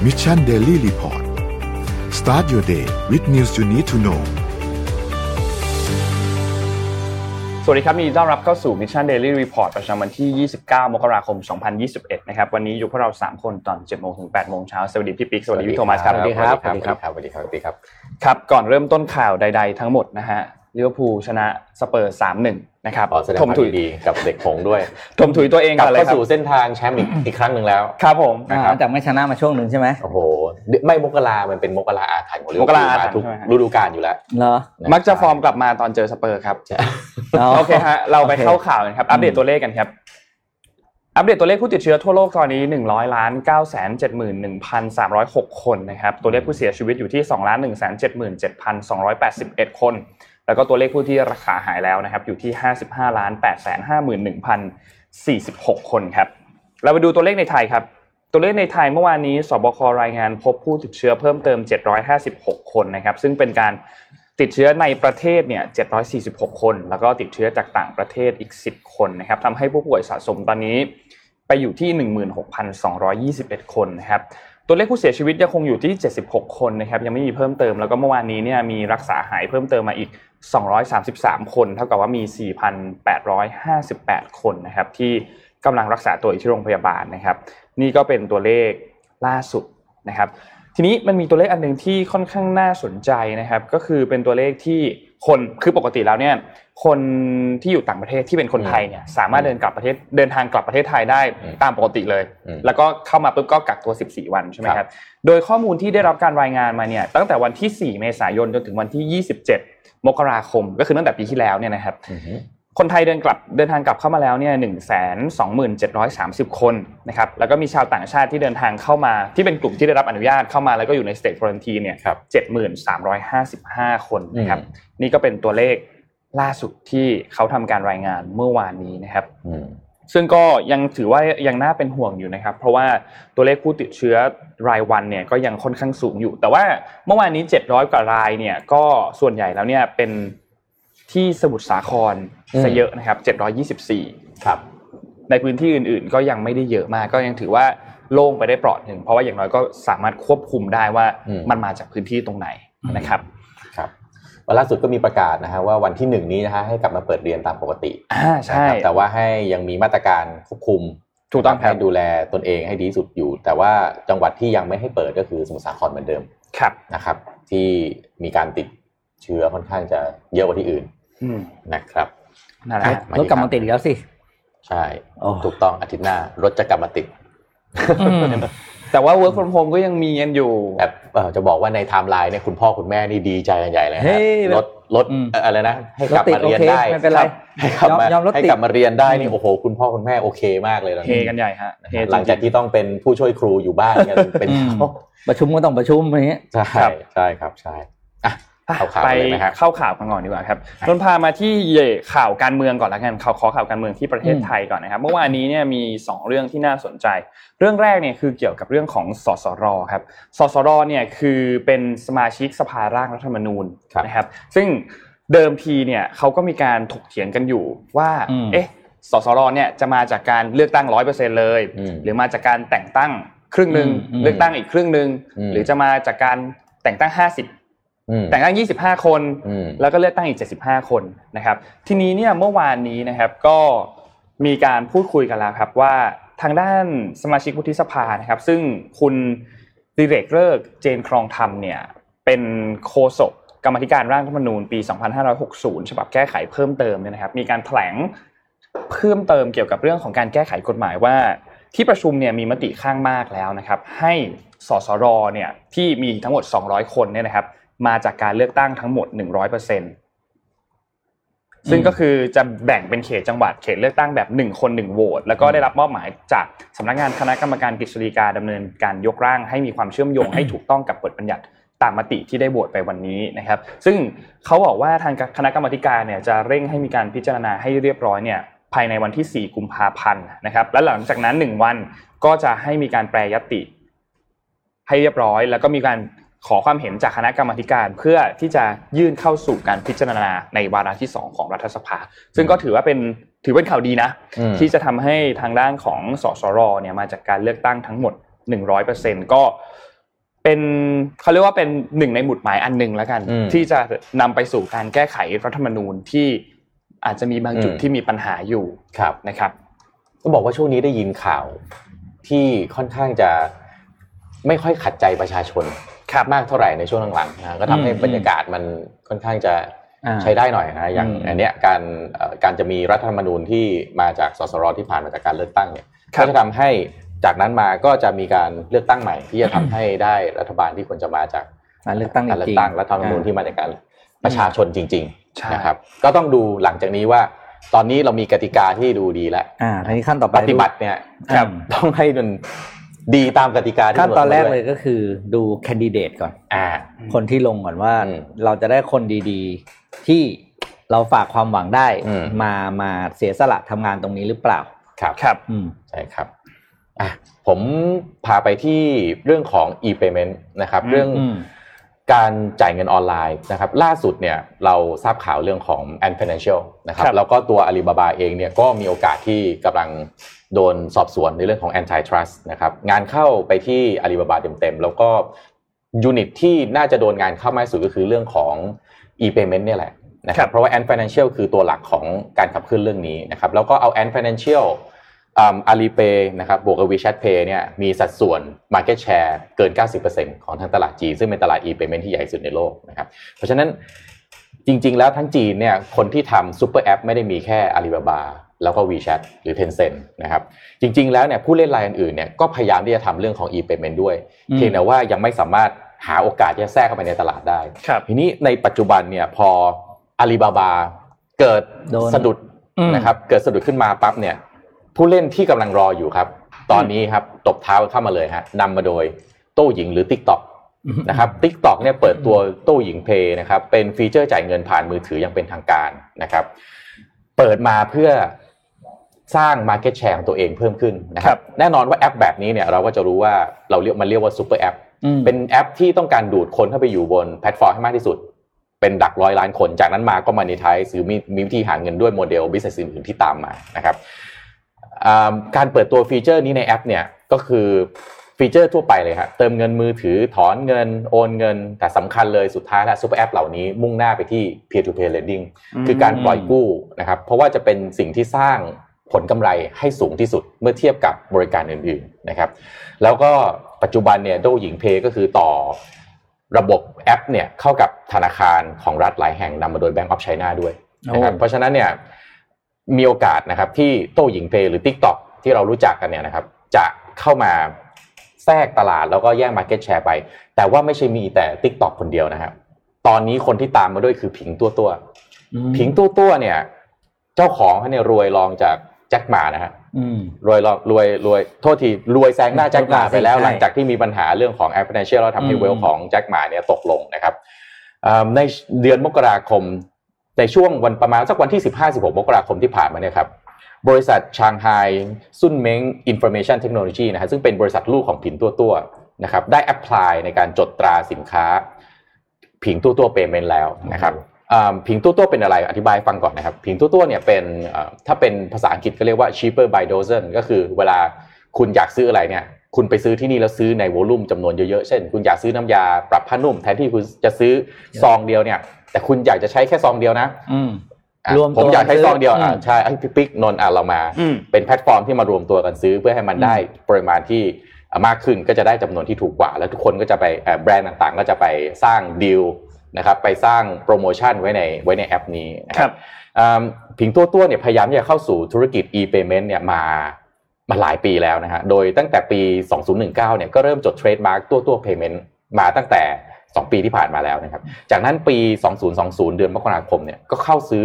Mission Daily Report Start your day with news you need to know สวัสดีครับยินดีต้อนรับเข้าสู่ Mission Daily Report ประจำวันที่29มกราคม2021นะครับวันนี้อยู่พวกเรา3คนตอน 7:00 นถึง 8:00 นเช้าสวัสดีพี่ปิ๊กสวัสดีพี่โทมัสครับสวัสดีครับสวัสดีครับสวัสดีครับสวัสดีครับครับก่อนเริ่มต้นข่าวใดๆทั้งหมดนะฮะลิเวอร์พูลชนะสเปอร์ 3-1 นะครับถมถุยดีกับเด็กผงด้วยถมถุยตัวเองกันเลยครับเข้าสู่เส้นทางแชมป์อีกครั้งนึงแล้วครับผมแต่ไม่ชนะมาช่วงนึงใช่มั้ยโอ้โหไม่มกรามันเป็นมกราอาถรรพ์ของลิเวอร์พูลมาทุกฤดูกาลอยู่แล้วเหรอมักจะฟอร์มกลับมาตอนเจอสเปอร์ครับโอเคฮะเราไปเข้าข่าวกันครับอัปเดตตัวเลขกันครับอัปเดตตัวเลขผู้ติดเชื้อทั่วโลกตอนนี้ 100,971,306 คนนะครับตัวเลขผู้เสียชีวิตอยู่ที่ 2,177,281 คนแล้วก็ตัวเลขผู้ที่รักษาหายแล้วนะครับอยู่ที่ 55,851,046 คนครับเราไปดูตัวเลขในไทยครับตัวเลขในไทยเมื่อวานนี้สบครายงานพบผู้ติดเชื้อเพิ่มเติม756คนนะครับซึ่งเป็นการติดเชื้อในประเทศเนี่ย746คนแล้วก็ติดเชื้อจากต่างประเทศอีก10คนนะครับทำให้ผู้ป่วยสะสมตอนนี้ไปอยู่ที่ 16,221 คนนะครับตัวเลขผู้เสียชีวิตยังคงอยู่ที่76คนนะครับยังไม่มีเพิ่มเติมแล้วก็เมื่อวานนี้เนี่ยมีรักษาหายเพิ่มเติมมาอีก233คนเท่ากับว่ามี 4,858 คนนะครับที่กำลังรักษาตัวอยู่ที่โรงพยาบาลนะครับนี่ก็เป็นตัวเลขล่าสุดนะครับทีนี้มันมีตัวเลขอันนึงที่ค่อนข้างน่าสนใจนะครับก็คือเป็นตัวเลขที่คนคือปกติแล้วเนี่ยคนที่อยู่ต่างประเทศที่เป็นคนไทยเนี่ยสามารถเดินทางกลับประเทศไทยได้ตามปกติเลยแล้วก็เข้ามาปุ๊บก็กักตัว14วันใช่มั้ยครับโดยข้อมูลที่ได้รับการรายงานมาเนี่ยตั้งแต่วันที่4เมษายนจนถึงวันที่27มกราคมก็คือตั้งแต่ปีที่แล้วเนี่ยนะครับคนไทยเดินทางกลับเข้ามาแล้วเนี่ย 12730 คนนะครับแล้วก็มีชาวต่างชาติที่เดินทางเข้ามาที่เป็นกลุ่มที่ได้รับอนุญาตเข้ามาแล้วก็อยู่ใน State Quarantine เนี่ย 7355 คนนะครับนี่ก็เป็นตัวเลขล่าสุดที่เขาทำการรายงานเมื่อวานนี้นะครับซึ่งก็ยังถือว่ายังน่าเป็นห่วงอยู่นะครับเพราะว่าตัวเลขผู้ติดเชื้อรายวันเนี่ยก็ยังค่อนข้างสูงอยู่แต่ว่าเมื่อวานนี้700กว่ารายเนี่ยก็ส่วนใหญ่แล้วเนี่ยเป็นที่สมุทรสาครซะเยอะนะครับ724ครับในพื้นที่อื่นๆก็ยังไม่ได้เยอะมากก็ยังถือว่าโล่งไปได้เปราะนึงเพราะว่าอย่างน้อยก็สามารถควบคุมได้ว่ามันมาจากพื้นที่ตรงไหนนะครับครับวันล่าสุดก็มีประกาศนะฮะว่าวันที่1นี้นะฮะให้กลับมาเปิดเรียนตามปกติใช่แต่ว่าให้ยังมีมาตรการควบคุมถูกต้องให้ดูแลตนเองให้ดีที่สุดอยู่แต่ว่าจังหวัดที่ยังไม่ให้เปิดก็คือสมุทรสาครเหมือนเดิมนะครับที่มีการติดเชื้อค่อนข้างจะเยอะกว่าที่อื่นนะครับนั่นแหละรถกลับมาติดอีกแล้วสิใช่ถูกต้องอาทิตย์หน้ารถจะกลับมาติดแต่ว่า work from home ก็ยังมีกันอยู่แบบจะบอกว่าในไทม์ไลน์เนี่ยคุณพ่อคุณแม่นี่ดีใจกันใหญ่เลยนะรถอะไรนะให้กลับมาเรียนได้ไม่เป็นไรให้กลับมาเรียนได้นี่โอ้โหคุณพ่อคุณแม่โอเคมากเลยเฮกันใหญ่ฮะหลังจากที่ต้องเป็นผู้ช่วยครูอยู่บ้านกันเป็นประชุมก็ต้องประชุมอย่างเงี้ยใช่ใช่ครับใช่ไปเข้าข่าวกันก่อนดีกว่าครับนนพามาที่ข่าวการเมืองก่อนละกันขอข่าวการเมืองที่ประเทศไทยก่อนนะครับเมื่อวานนี้เนี่ยมี2เรื่องที่น่าสนใจเรื่องแรกเนี่ยคือเกี่ยวกับเรื่องของสสรครับสสรเนี่ยคือเป็นสมาชิกสภาร่างรัฐธรรมนูญนะครับซึ่งเดิมทีเนี่ยเขาก็มีการถกเถียงกันอยู่ว่าสสรเนี่ยจะมาจากการเลือกตั้ง 100% เลยหรือมาจากการแต่งตั้งครึ่งนึงเลือกตั้งอีกครึ่งนึงหรือจะมาจากการแต่งตั้ง50แต่งตั้ง25คนแล้วก็เลือกตั้งอีก75คนนะครับทีนี้เนี่ยเมื่อวานนี้นะครับก็มีการพูดคุยกันแล้วครับว่าทางด้านสมาชิกวุฒิสภานะครับซึ่งคุณดิเรกฤกษ์เจนครองธรรมเนี่ยเป็นโฆษกกรรมาธิการร่างรัฐธรรมนูญปี2560ฉบับแก้ไขเพิ่มเติมเนี่ยนะครับมีการแถลงเพิ่มเติมเกี่ยวกับเรื่องของการแก้ไขกฎหมายว่าที่ประชุมเนี่ยมีมติข้างมากแล้วนะครับให้สสรเนี่ยที่มีทั้งหมด200คนเนี่ยนะครับมาจากการเลือกตั้งทั้งหมด 100% ซึ่งก็คือจะแบ่งเป็นเขตจังหวัดเขตเลือกตั้งแบบ1คน1โหวตแล้วก็ได้รับมอบหมายจากสำนักงานคณะกรรมการกฤษฎีกาดำเนินการยกร่างให้มีความเชื่อมโยงให้ถูกต้องกับบทบัญญัติตามมติที่ได้โหวตไปวันนี้นะครับซึ่งเขาบอกว่าทางคณะกรรมการเนี่ยจะเร่งให้มีการพิจารณาให้เรียบร้อยเนี่ยภายในวันที่4กุมภาพันธ์นะครับและหลังจากนั้น1วันก็จะให้มีการแปรยติให้เรียบร้อยแล้วก็มีการขอความเห็นจากคณะกรรมาการเพื่อที่จะยื่นเข้าสู่การพิจารณาในวาระที่2ของรัฐสภาซึ่งก็ถือเป็นข่าวดีนะที่จะทำให้ทางด้านของสสรเนี่ยมาจากการเลือกตั้งทั้งหมด 100% ก็เป็นเขาเรียกว่าเป็นหนึ่งในหมุดหมายอันนึงแล้วกันที่จะนำไปสู่การแก้ไขรัฐธรรมนูญที่อาจจะมีบางจุดที่มีปัญหาอยู่นะครับต้องบอกว่าช่วงนี้ได้ยินข่าวที่ค่อนข้างจะไม่ค่อยขัดใจประชาชนมากเท่าไหร่ในช่วงหลังๆนะก็ทำให้บรรยากาศมันค่อนข้างจะใช้ได้หน่อยนะอย่างอันเนี้ยการจะมีรัฐธรรมนูญที่มาจากสสรที่ผ่านมาจากการเลือกตั้งเนี่ยก็จะทำให้จากนั้นมาก็จะมีการเลือกตั้งใหม่ที่จะทำให้ได้รัฐบาลที่ควรจะมาจากการเลือกตั้งรัฐธรรมนูญที่มาจากการประชาชนจริงๆนะครับก็ต้องดูหลังจากนี้ว่าตอนนี้เรามีกติกาที่ดูดีแล้วทีนี้ขั้นต่อไปปฏิบัติเนี่ยต้องให้มันดีตามกติกาที่ขั้นตอนแรกเลยก็คือดูแคนดิเดตก่อนคนที่ลงก่อนว่าเราจะได้คนดีๆที่เราฝากความหวังได้มาเสียสละทำงานตรงนี้หรือเปล่าครับใช่ครับผมพาไปที่เรื่องของ e-payment นะครับเรื่องการจ่ายเงินออนไลน์นะครับล่าสุดเนี่ยเราทราบข่าวเรื่องของ Ant Financial นะครับแล้วก็ตัว Alibaba เองเนี่ยก็มีโอกาสที่กำลังโดนสอบสวนในเรื่องของ Antitrust นะครับงานเข้าไปที่ Alibaba เต็มๆแล้วก็ยูนิตที่น่าจะโดนงานเข้ามากสุดก็คือเรื่องของ e-payment เนี่ยแหละนะครับเพราะว่า Ant Financial คือตัวหลักของการขับเคลื่อนเรื่องนี้นะครับแล้วก็เอา Ant Financial Alipay นะครับบวกกับ WeChat Pay เนี่ยมีสัดส่วน market share เกิน 90% ของทั้งตลาดจีนซึ่งเป็นตลาด e-payment ที่ใหญ่สุดในโลกนะครับเพราะฉะนั้นจริงๆแล้วทั้งจีนเนี่ยคนที่ทำซุปเปอร์แอปไม่ได้มีแค่ Alibaba แล้วก็ WeChat หรือ Tencent นะครับจริงๆแล้วเนี่ยผู้เล่นรายอื่นๆเนี่ยก็พยายามที่จะทำเรื่องของ e-payment ด้วยเพียงแต่ว่ายังไม่สามารถหาโอกาสที่จะแทรกเข้าไปในตลาดได้ทีนี้ในปัจจุบันเนี่ยพอ Alibaba เกิดสะดุดนะครับเกิดสะดุดขึ้นมาปั๊บเนี่ยผู้เล่นที่กำลังรออยู่ครับตอนนี้ครับตบเท้าเข้ามาเลยฮะนำมาโดยโต้หญิงหรือ TikTok นะครับ TikTok เนี่ยเปิดตัวโต้หญิง Pay นะครับเป็นฟีเจอร์จ่ายเงินผ่านมือถืออย่างเป็นทางการนะครับเปิดมาเพื่อสร้าง market share ของตัวเองเพิ่มขึ้นนะครับแน่นอนว่าแอปแบบนี้เนี่ยเราก็จะรู้ว่ามันเรียกว่าซุปเปอร์แอปเป็นแอปที่ต้องการดูดคนเข้าไปอยู่บนแพลตฟอร์มให้มากที่สุดเป็นหลักร้อยล้านคนจากนั้นมาก็มานิทายซื้อมีวิธีหาเงินด้วยโมเดล business อื่นๆที่ตามมานะครับการเปิดตัวฟีเจอร์นี้ในแอปเนี่ยก็คือฟีเจอร์ทั่วไปเลยครับเติมเงินมือถือถอนเงินโอนเงินแต่สำคัญเลยสุดท้ายแล้วซุปเปอร์แอปเหล่านี้มุ่งหน้าไปที่ peer to peer lending คือการปล่อยกู้นะครับเพราะว่าจะเป็นสิ่งที่สร้างผลกำไรให้สูงที่สุดเมื่อเทียบกับบริการอื่นๆนะครับแล้วก็ปัจจุบันเนี่ยโดหญิงเพย์ก็คือต่อระบบแอปเนี่ยเข้ากับธนาคารของรัฐหลายแห่งนำมาโดย Bank of China ด้วยนะครับเพราะฉะนั้นเนี่ยมีโอกาสนะครับที่โต้หญิงเพย์หรือ TikTok ที่เรารู้จักกันเนี่ยนะครับจะเข้ามาแทรกตลาดแล้วก็แย่ง market share ไปแต่ว่าไม่ใช่มีแต่ TikTok คนเดียวนะครับตอนนี้คนที่ตามมาด้วยคือผิงตัวผิงตัวเนี่ยเจ้าของเขาเนี่ยรวยรองจากแจ็คหม่านะฮะรวยโทษทีรวยแซงหน้าแจ็คหม่าไปแล้วหลังจากที่มีปัญหาเรื่องของ Ant Financial แล้วทำให้เวลของแจ็คหม่าเนี่ยตกลงนะครับในเดือนมกราคมในช่วงวันประมาณสักวันที่ 15-16 มกราคมที่ผ่านมาเนี่ยครับบริษัทชางไฮซุนเม้งอินฟอร์เมชันเทคโนโลยีนะฮะซึ่งเป็นบริษัทลูกของผิงตัวนะครับได้แอพพลายในการจดตราสินค้าผิงตัวเปย์เมนต์แล้วนะครับผิงตัวเป็นอะไรอธิบายฟังก่อนนะครับผิงตัวเนี่ยเป็นถ้าเป็นภาษาอังกฤษก็เรียกว่า cheaper by dozen ก็คือเวลาคุณอยากซื้ออะไรเนี่ยคุณไปซื้อที่นี่แล้วซื้อในโวลุ่มจำนวนเยอะๆเช่นคุณอยากซื้อน้ำยาปรับผ้านุ่มแทนที่คุณจะซื้อซองเดียวเนี่ยแต่คุณอยากจะใช้แค่ซองเดียวนะผมอยากใช้ซองเดียวใช่พี่ปิ๊กนนท์เรามาเป็นแพลตฟอร์มที่มารวมตัวกันซื้อเพื่อให้มันได้ปริมาณที่มากขึ้นก็จะได้จำนวนที่ถูกกว่าแล้วทุกคนก็จะไปแบรนด์ต่างๆก็จะไปสร้างดีลนะครับไปสร้างโปรโมชั่นไว้ในแอปนี้นะครับผิงตัวเนี่ยพยายามที่จะเข้าสู่ธุรกิจ e-payment เนี่ยมาหลายปีแล้วนะฮะโดยตั้งแต่ปี2019เนี่ยก็เริ่มจดเทรดมาร์คตัว payment มาตั้งแต่2ปีที่ผ่านมาแล้วนะครับจากนั้นปี2020เดือนมกราคมเนี่ยก็เข้าซื้อ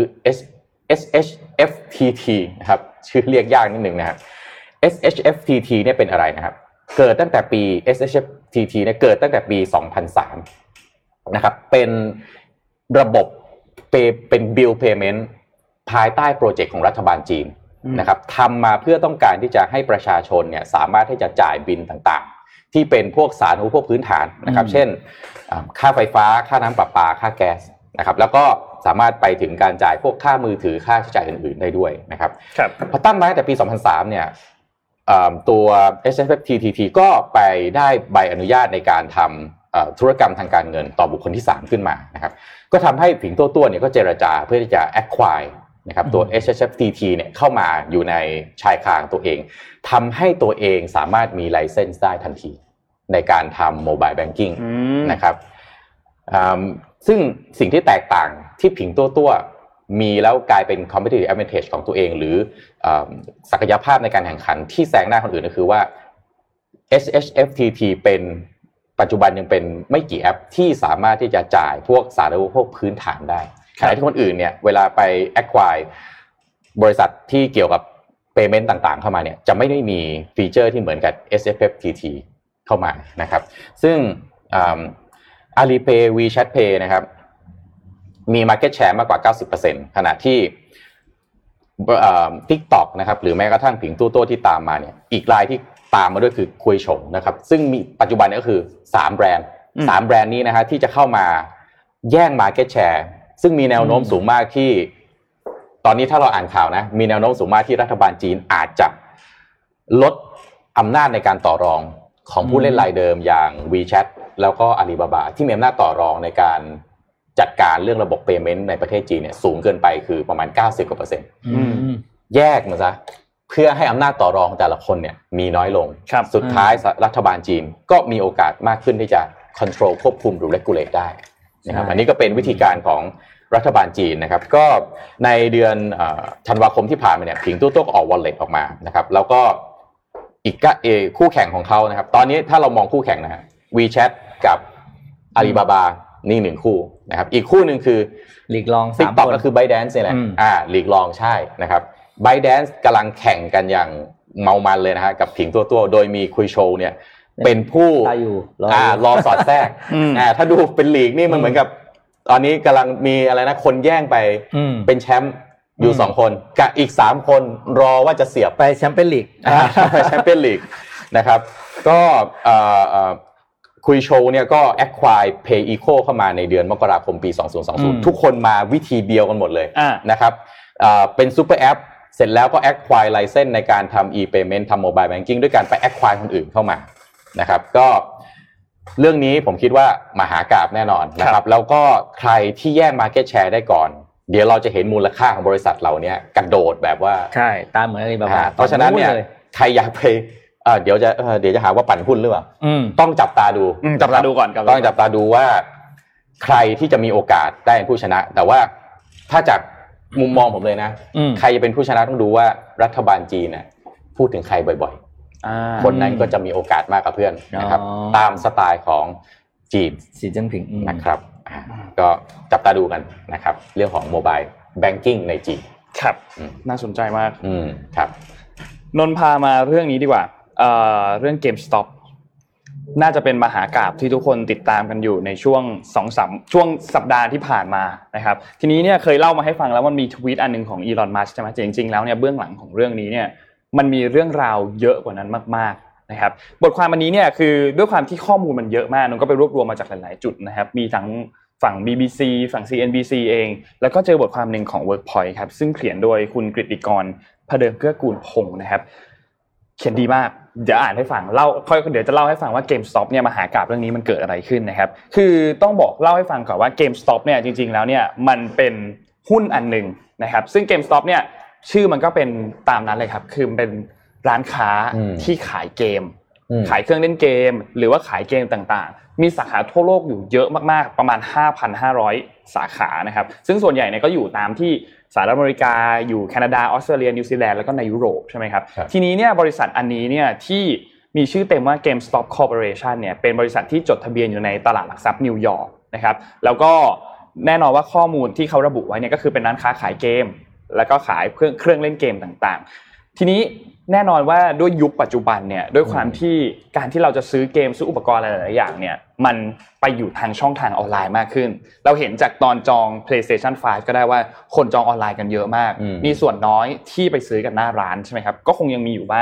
SHFTT นะครับชื่อเรียกยากนิดนึงนะครับ SHFTT เนี่ยเป็นอะไรนะครับเกิดตั้งแต่ปี SHFTT เนี่ยเกิดตั้งแต่ปี2003นะครับเป็นระบบเป็น bill payment ภายใต้โปรเจกต์ของรัฐบาลจีนนะครับทำมาเพื่อต้องการที่จะให้ประชาชนเนี่ยสามารถที่จะจ่ายบิลต่างๆที่เป็นพวกสาธารณูปโภคพื้นฐานนะครับเช่นค่าไฟฟ้าค่าน้ำประปาค่าแก๊สนะครับแล้วก็สามารถไปถึงการจ่ายพวกค่ามือถือค่าใช้จ่ายอื่นๆได้ด้วยนะครับพอตั้งมาตั้งแต่ปี2003เนี่ยตัว HFTTT ก็ไปได้ใบอนุญาตในการทำธุรกรรมทางการเงินต่อบุคคลที่3ขึ้นมานะครับก็ทำให้ผิงตัวเนี่ยก็เจรจาเพื่อที่จะ acquire นะครับตัว HFTT เนี่ยเข้ามาอยู่ในชายคาตัวเองทำให้ตัวเองสามารถมี license ได้ทันทีในการทำ mobile banking นะครับซึ่งสิ่งที่แตกต่างที่ผิงตัวมีแล้วกลายเป็น competitive advantage ของตัวเองหรือศักยภาพในการแข่งขันที่แซงหน้าคนอื่นก็คือว่า HFTT เป็นปัจจุบันยังเป็นไม่กี่แอปที่สามารถที่จะจ่ายพวกสาธารณูปโภคพื้นฐานได้ขณะที่คนอื่นเนี่ยเวลาไป acquire บริษัทที่เกี่ยวกับ payment ต่างๆเข้ามาเนี่ยจะไม่ได้มีฟีเจอร์ที่เหมือนกับ HFTT เข้ามานะครับซึ่งAlipay WeChat Pay นะครับมี market share มากกว่า 90% ขณะที่TikTok นะครับหรือแม้กระทั่งผิงตัวที่ตามมาเนี่ยอีกรายที่ตามมาด้วยคือคุยฉงนะครับซึ่งมีปัจจุบันก็คือ3แบรนด์นี้นะฮะที่จะเข้ามาแย่ง market share ซึ่งมีแนวโน้มสูงมากที่ตอนนี้ถ้าเราอ่านข่าวนะมีแนวโน้มสูงมากที่รัฐบาลจีนอาจจะลดอำนาจในการต่อรองของผู้เล่นรายเดิมอย่าง WeChat แล้วก็ Alibaba ที่มีอำนาจต่อรองในการจัดการเรื่องระบบ payment ในประเทศจีนเนี่ยสูงเกินไปคือประมาณ 90% แยกมันซะเพื่อให้อำนาจต่อรองแต่ละคนเนี่ยมีน้อยลงสุดท้ายรัฐบาลจีนก็มีโอกาสมากขึ้นที่จะ control ควบคุมหรือ regulate ได้นะครับอันนี้ก็เป็นวิธีการของรัฐบาลจีนนะครับก็ในเดือนธันวาคมที่ผ่านมาเนี่ยผิงตัวก็ออก wallet ออกมานะครับแล้วก็อีกคู่แข่งของเขานะครับตอนนี้ถ้าเรามองคู่แข่งนะฮะ WeChat กับ Alibaba นี่1คู่นะครับอีกคู่นึงคือลีกลอง TikTok ก็คือ ByteDance นี่แหละลีกลองใช่นะครับ ByteDance กำลังแข่งกันอย่างเมามันเลยนะฮะกับผิงตัวโดยมีคุยโชว์เนี่ยเป็นผู้รอสอดแทรกถ้าดูเป็นลีกนี่มันเหมือนกับตอนนี้กำลังมีอะไรนะคนแย่งไปเป็นแชมป์อยู่2คนกับอีก3คนรอว่าจะเสียบไปแชมเปี้ยนลีกไปแชมเปี้ยนลีกนะครับก็คุยโชว์เนี่ยก็ acquire PayEco เข้ามาในเดือนมกราคมปี2020ทุกคนมาวิธีเดียวกันหมดเลยนะครับเป็นซุปเปอร์แอปเสร็จแล้วก็ acquire license ในการทำ e-payment ทำ mobile banking ด้วยการไป acquire คนอื่นเข้ามานะครับก็เรื่องนี้ผมคิดว่ามหากาพย์แน่นอนนะครับแล้วก็ใครที่แย่ง market share ได้ก่อนเดี๋ยวเราจะเห็นมูลค่าของบริษัทเหล่านี้กระโดดแบบว่าใช่ตามเหมือนAlibaba เพราะฉะนั้นเนี่ยใครอยากไปเดี๋ยวจะหาว่าปั่นหุ้นหรือเปล่าต้องจับตาดูก่อนต้องจับตาดูว่าใครที่จะมีโอกาสได้เป็นผู้ชนะแต่ว่าถ้าจากมุมมองผมเลยนะใครจะเป็นผู้ชนะต้องดูว่ารัฐบาลจีนน่ะพูดถึงใครบ่อยๆคนนั้นก็จะมีโอกาสมากกว่าเพื่อนนะครับตามสไตล์ของจีนสีจิ้นผิงนะครับก็จับตาดูกันนะครับเรื่องของโมบายแบงกิ้งในจีนครับน่าสนใจมากครับนนพามาเรื่องนี้ดีกว่าเรื่อง GameStop น่าจะเป็นมหากาพย์ที่ทุกคนติดตามกันอยู่ในช่วง 2-3 ช่วงสัปดาห์ที่ผ่านมานะครับทีนี้เนี่ยเคยเล่ามาให้ฟังแล้วมันมีทวีตอันนึงของอีลอนมัสก์ใช่มั้ยจริงๆแล้วเนี่ยเบื้องหลังของเรื่องนี้เนี่ยมันมีเรื่องราวเยอะกว่านั้นมากๆนะครับบทความอันนี้เนี่ยคือด้วยความที่ข้อมูลมันเยอะมากนนก็ไปรวบรวมมาจากหลายๆจุดนะครับมีทั้งฝั่ง BBC ฝั่ง CNBC เองแล้วก็เจอบทความนึงของ Workpoint ครับซึ่งเขียนโดยคุณกฤติกรพเดิมเกื้อกูลพงษ์นะครับเขียนดีมากเดี๋ยวอ่านให้ฟังเดี๋ยวจะเล่าให้ฟังว่า GameStop เนี่ยมหากาพย์เรื่องนี้มันเกิดอะไรขึ้นนะครับคือต้องเล่าให้ฟังก่อนว่า GameStop เนี่ยจริงๆแล้วเนี่ยมันเป็นหุ้นอันนึงนะครับซึ่ง GameStop เนี่ยชื่อมันก็เป็นตามนั้นเลยครับคือเป็นร้านค้าที่ขายเกมขายเครื่องเล่นเกมหรือว่าขายเกมต่างๆมีสาขาทั่วโลกอยู่เยอะมากๆประมาณ 5,500 สาขานะครับซึ่งส่วนใหญ่เนี่ยก็อยู่ตามที่สหรัฐอเมริกาอยู่แคนาดาออสเตรเลียนิวซีแลนด์แล้วก็ในยุโรปใช่มั้ยครับทีนี้เนี่ยบริษัทอันนี้เนี่ยที่มีชื่อเต็มว่า GameStop Corporation เนี่ยเป็นบริษัทที่จดทะเบียนอยู่ในตลาดหลักทรัพย์นิวยอร์กนะครับแล้วก็แน่นอนว่าข้อมูลที่เขาระบุไว้เนี่ยก็คือเป็นร้านค้าขายเกมแล้วก็ขายเครื่องเล่นเกมต่างๆทีนี้แน่นอนว่าด้วยยุคปัจจุบันเนี่ยด้วยความที่การที่เราจะซื้อเกมซื้ออุปกรณ์อะไรหลายอย่างเนี่ยมันไปอยู่ทางช่องทางออนไลน์มากขึ้นเราเห็นจากตอนจอง PlayStation 5 ก็ได้ว่าคนจองออนไลน์กันเยอะมากมีส่วนน้อยที่ไปซื้อกันหน้าร้านใช่มั้ยครับก็คงยังมีอยู่บ้าง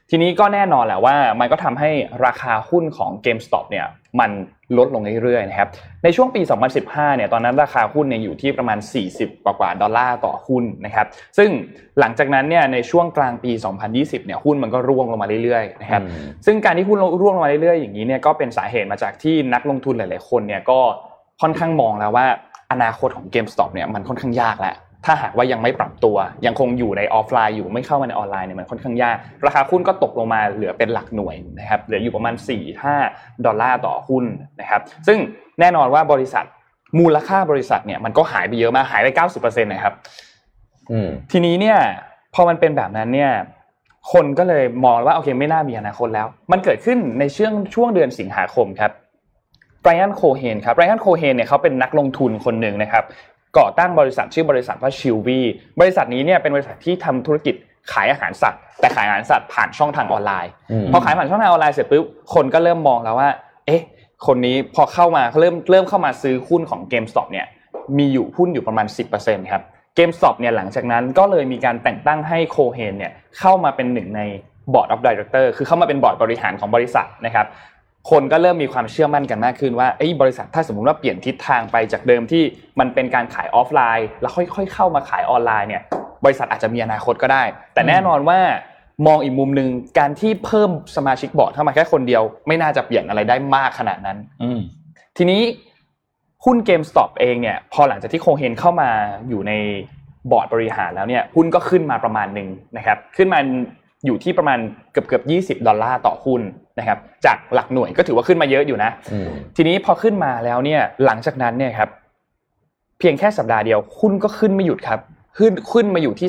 ทีนี้ก็แน่นอนแหละว่ามันก็ทำให้ราคาหุ้นของ GameStop เนี่ยมันลดลงเรื่อยๆนะครับในช่วงปี2015เนี่ยตอนนั้นราคาหุ้นเนี่ยอยู่ที่ประมาณ40กว่าดอลลาร์ต่อหุ้นนะครับซึ่งหลังจากนั้นเนี่ยในช่วงกลางปี2020เนี่ยหุ้นมันก็ร่วงลงมาเรื่อยๆนะครับซึ่งการที่หุ้นร่วงลงมาเรื่อยๆอย่างนี้เนี่ยก็เป็นสาเหตุมาจากที่นักลงทุนหลายๆคนเนี่ยก็ค่อนข้างมองแล้วว่าอนาคตของ GameStop เนี่ยมันค่อนข้างยากแล้วถ้าหากว่ายังไม่ปรับตัวยังคงอยู่ในออฟไลน์อยู่ไม่เข้ามาในออนไลน์เนี่ยมันค่อนข้างยากราคาหุ้นก็ตกลงมาเหลือเป็นหลักหน่วยนะครับเหลืออยู่ประมาณ 4-5 ดอลลาร์ต่อหุ้นนะครับซึ่งแน่นอนว่าบริษัทมูลค่าบริษัทเนี่ยมันก็หายไปเยอะมากหายไป 90% นะครับทีนี้เนี่ยพอมันเป็นแบบนั้นเนี่ยคนก็เลยมองว่าโอเคไม่น่ามีอนาคตแล้วมันเกิดขึ้นในช่วงเดือนสิงหาคมครับไบรอันโคเฮนครับไบรอันโคเฮนเนี่ยเขาเป็นนักลงทุนคนหนึ่งนะครับก่อตั้งบริษัทชื่อบริษัทว่าชิลวีบริษัทนี้เนี่ยเป็นบริษัทที่ทำธุรกิจขายอาหารสัตว์แต่ขายอาหารสัตว์ผ่านช่องทางออนไลน์พอขายผ่านช่องทางออนไลน์เสร็จปุ๊บคนก็เริ่มมองแล้วว่าเอ๊ะคนนี้พอเข้ามาเขาเริ่มเข้ามาซื้อหุ้นของ GameStop เนี่ยมีอยู่หุ้นอยู่ประมาณ 10% ครับ GameStop เนี่ยหลังจากนั้นก็เลยมีการแต่งตั้งให้โคเฮนเนี่ยเข้ามาเป็นหนึ่งใน Board of Director คือเข้ามาเป็นบอร์ดบริหารของบริษัทนะครับคนก็เริ่มมีความเชื่อมั่นกันมากขึ้นว่าบริษัทถ้าสมมุติว่าเปลี่ยนทิศทางไปจากเดิมที่มันเป็นการขายออฟไลน์แล้วค่อยๆเข้ามาขายออนไลน์เนี่ยบริษัทอาจจะมีอนาคตก็ได้แต่แน่นอนว่ามองอีกมุมนึงการที่เพิ่มสมาชิกบอร์ดเข้ามาแค่คนเดียวไม่น่าจะเปลี่ยนอะไรได้มากขนาดนั้นทีนี้หุ้น GameStop เองเนี่ยพอหลังจากที่โคเฮนเข้ามาอยู่ในบอร์ดบริหารแล้วเนี่ยหุ้นก็ขึ้นมาประมาณนึงนะครับขึ้นมาอยู่ที่ประมาณเกือบ$20ต่อหุ้นนะครับจากหลักหน่วยก็ถือว่าขึ้นมาเยอะอยู่นะทีนี้พอขึ้นมาแล้วเนี่ยหลังจากนั้นเนี่ยครับเพียงแค่สัปดาห์เดียวหุ้นก็ขึ้นไม่หยุดครับขึ้นมาอยู่ที่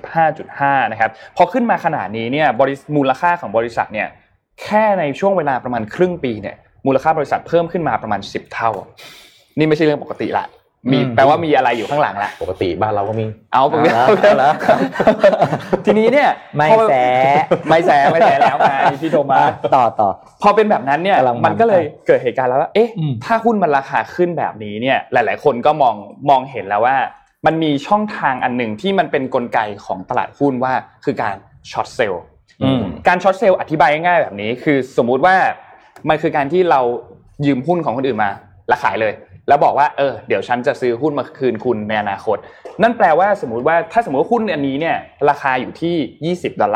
35.5 นะครับพอขึ้นมาขนาดนี้เนี่ยมูลค่าของบริษัทเนี่ยแค่ในช่วงเวลาประมาณครึ่งปีเนี่ยมูลค่าบริษัทเพิ่มขึ้นมาประมาณ10เท่านี่ไม่ใช่เรื่องปกติละมีแปลว่ามีอะไรอยู่ข้างหลังละปกติบ้านเราก็มีเอาปกติแล้วทีนี้เนี่ยไม่แสแล้วไงพี่โทมัสต่อพอเป็นแบบนั้นเนี่ยมันก็เลยเกิดเหตุการณ์แล้วว่าถ้าหุ้นมันราคาขึ้นแบบนี้เนี่ยหลายๆคนก็มองเห็นแล้วว่ามันมีช่องทางอันหนึ่งที่มันเป็นกลไกของตลาดหุ้นว่าคือการช็อตเซลล์การช็อตเซลล์อธิบายง่ายๆแบบนี้คือสมมุติว่ามันคือการที่เรายืมหุ้นของคนอื่นมาแล้วขายเลยแล้วบอกว่าเดี๋ยวฉันจะซื้อหุ้นมาคืนคุณในอนาคตนั่นแปลว่าสมมุติว่าถ้าสมมุติว่าหุ้นอันนี้เนี่ยราคาอยู่ที่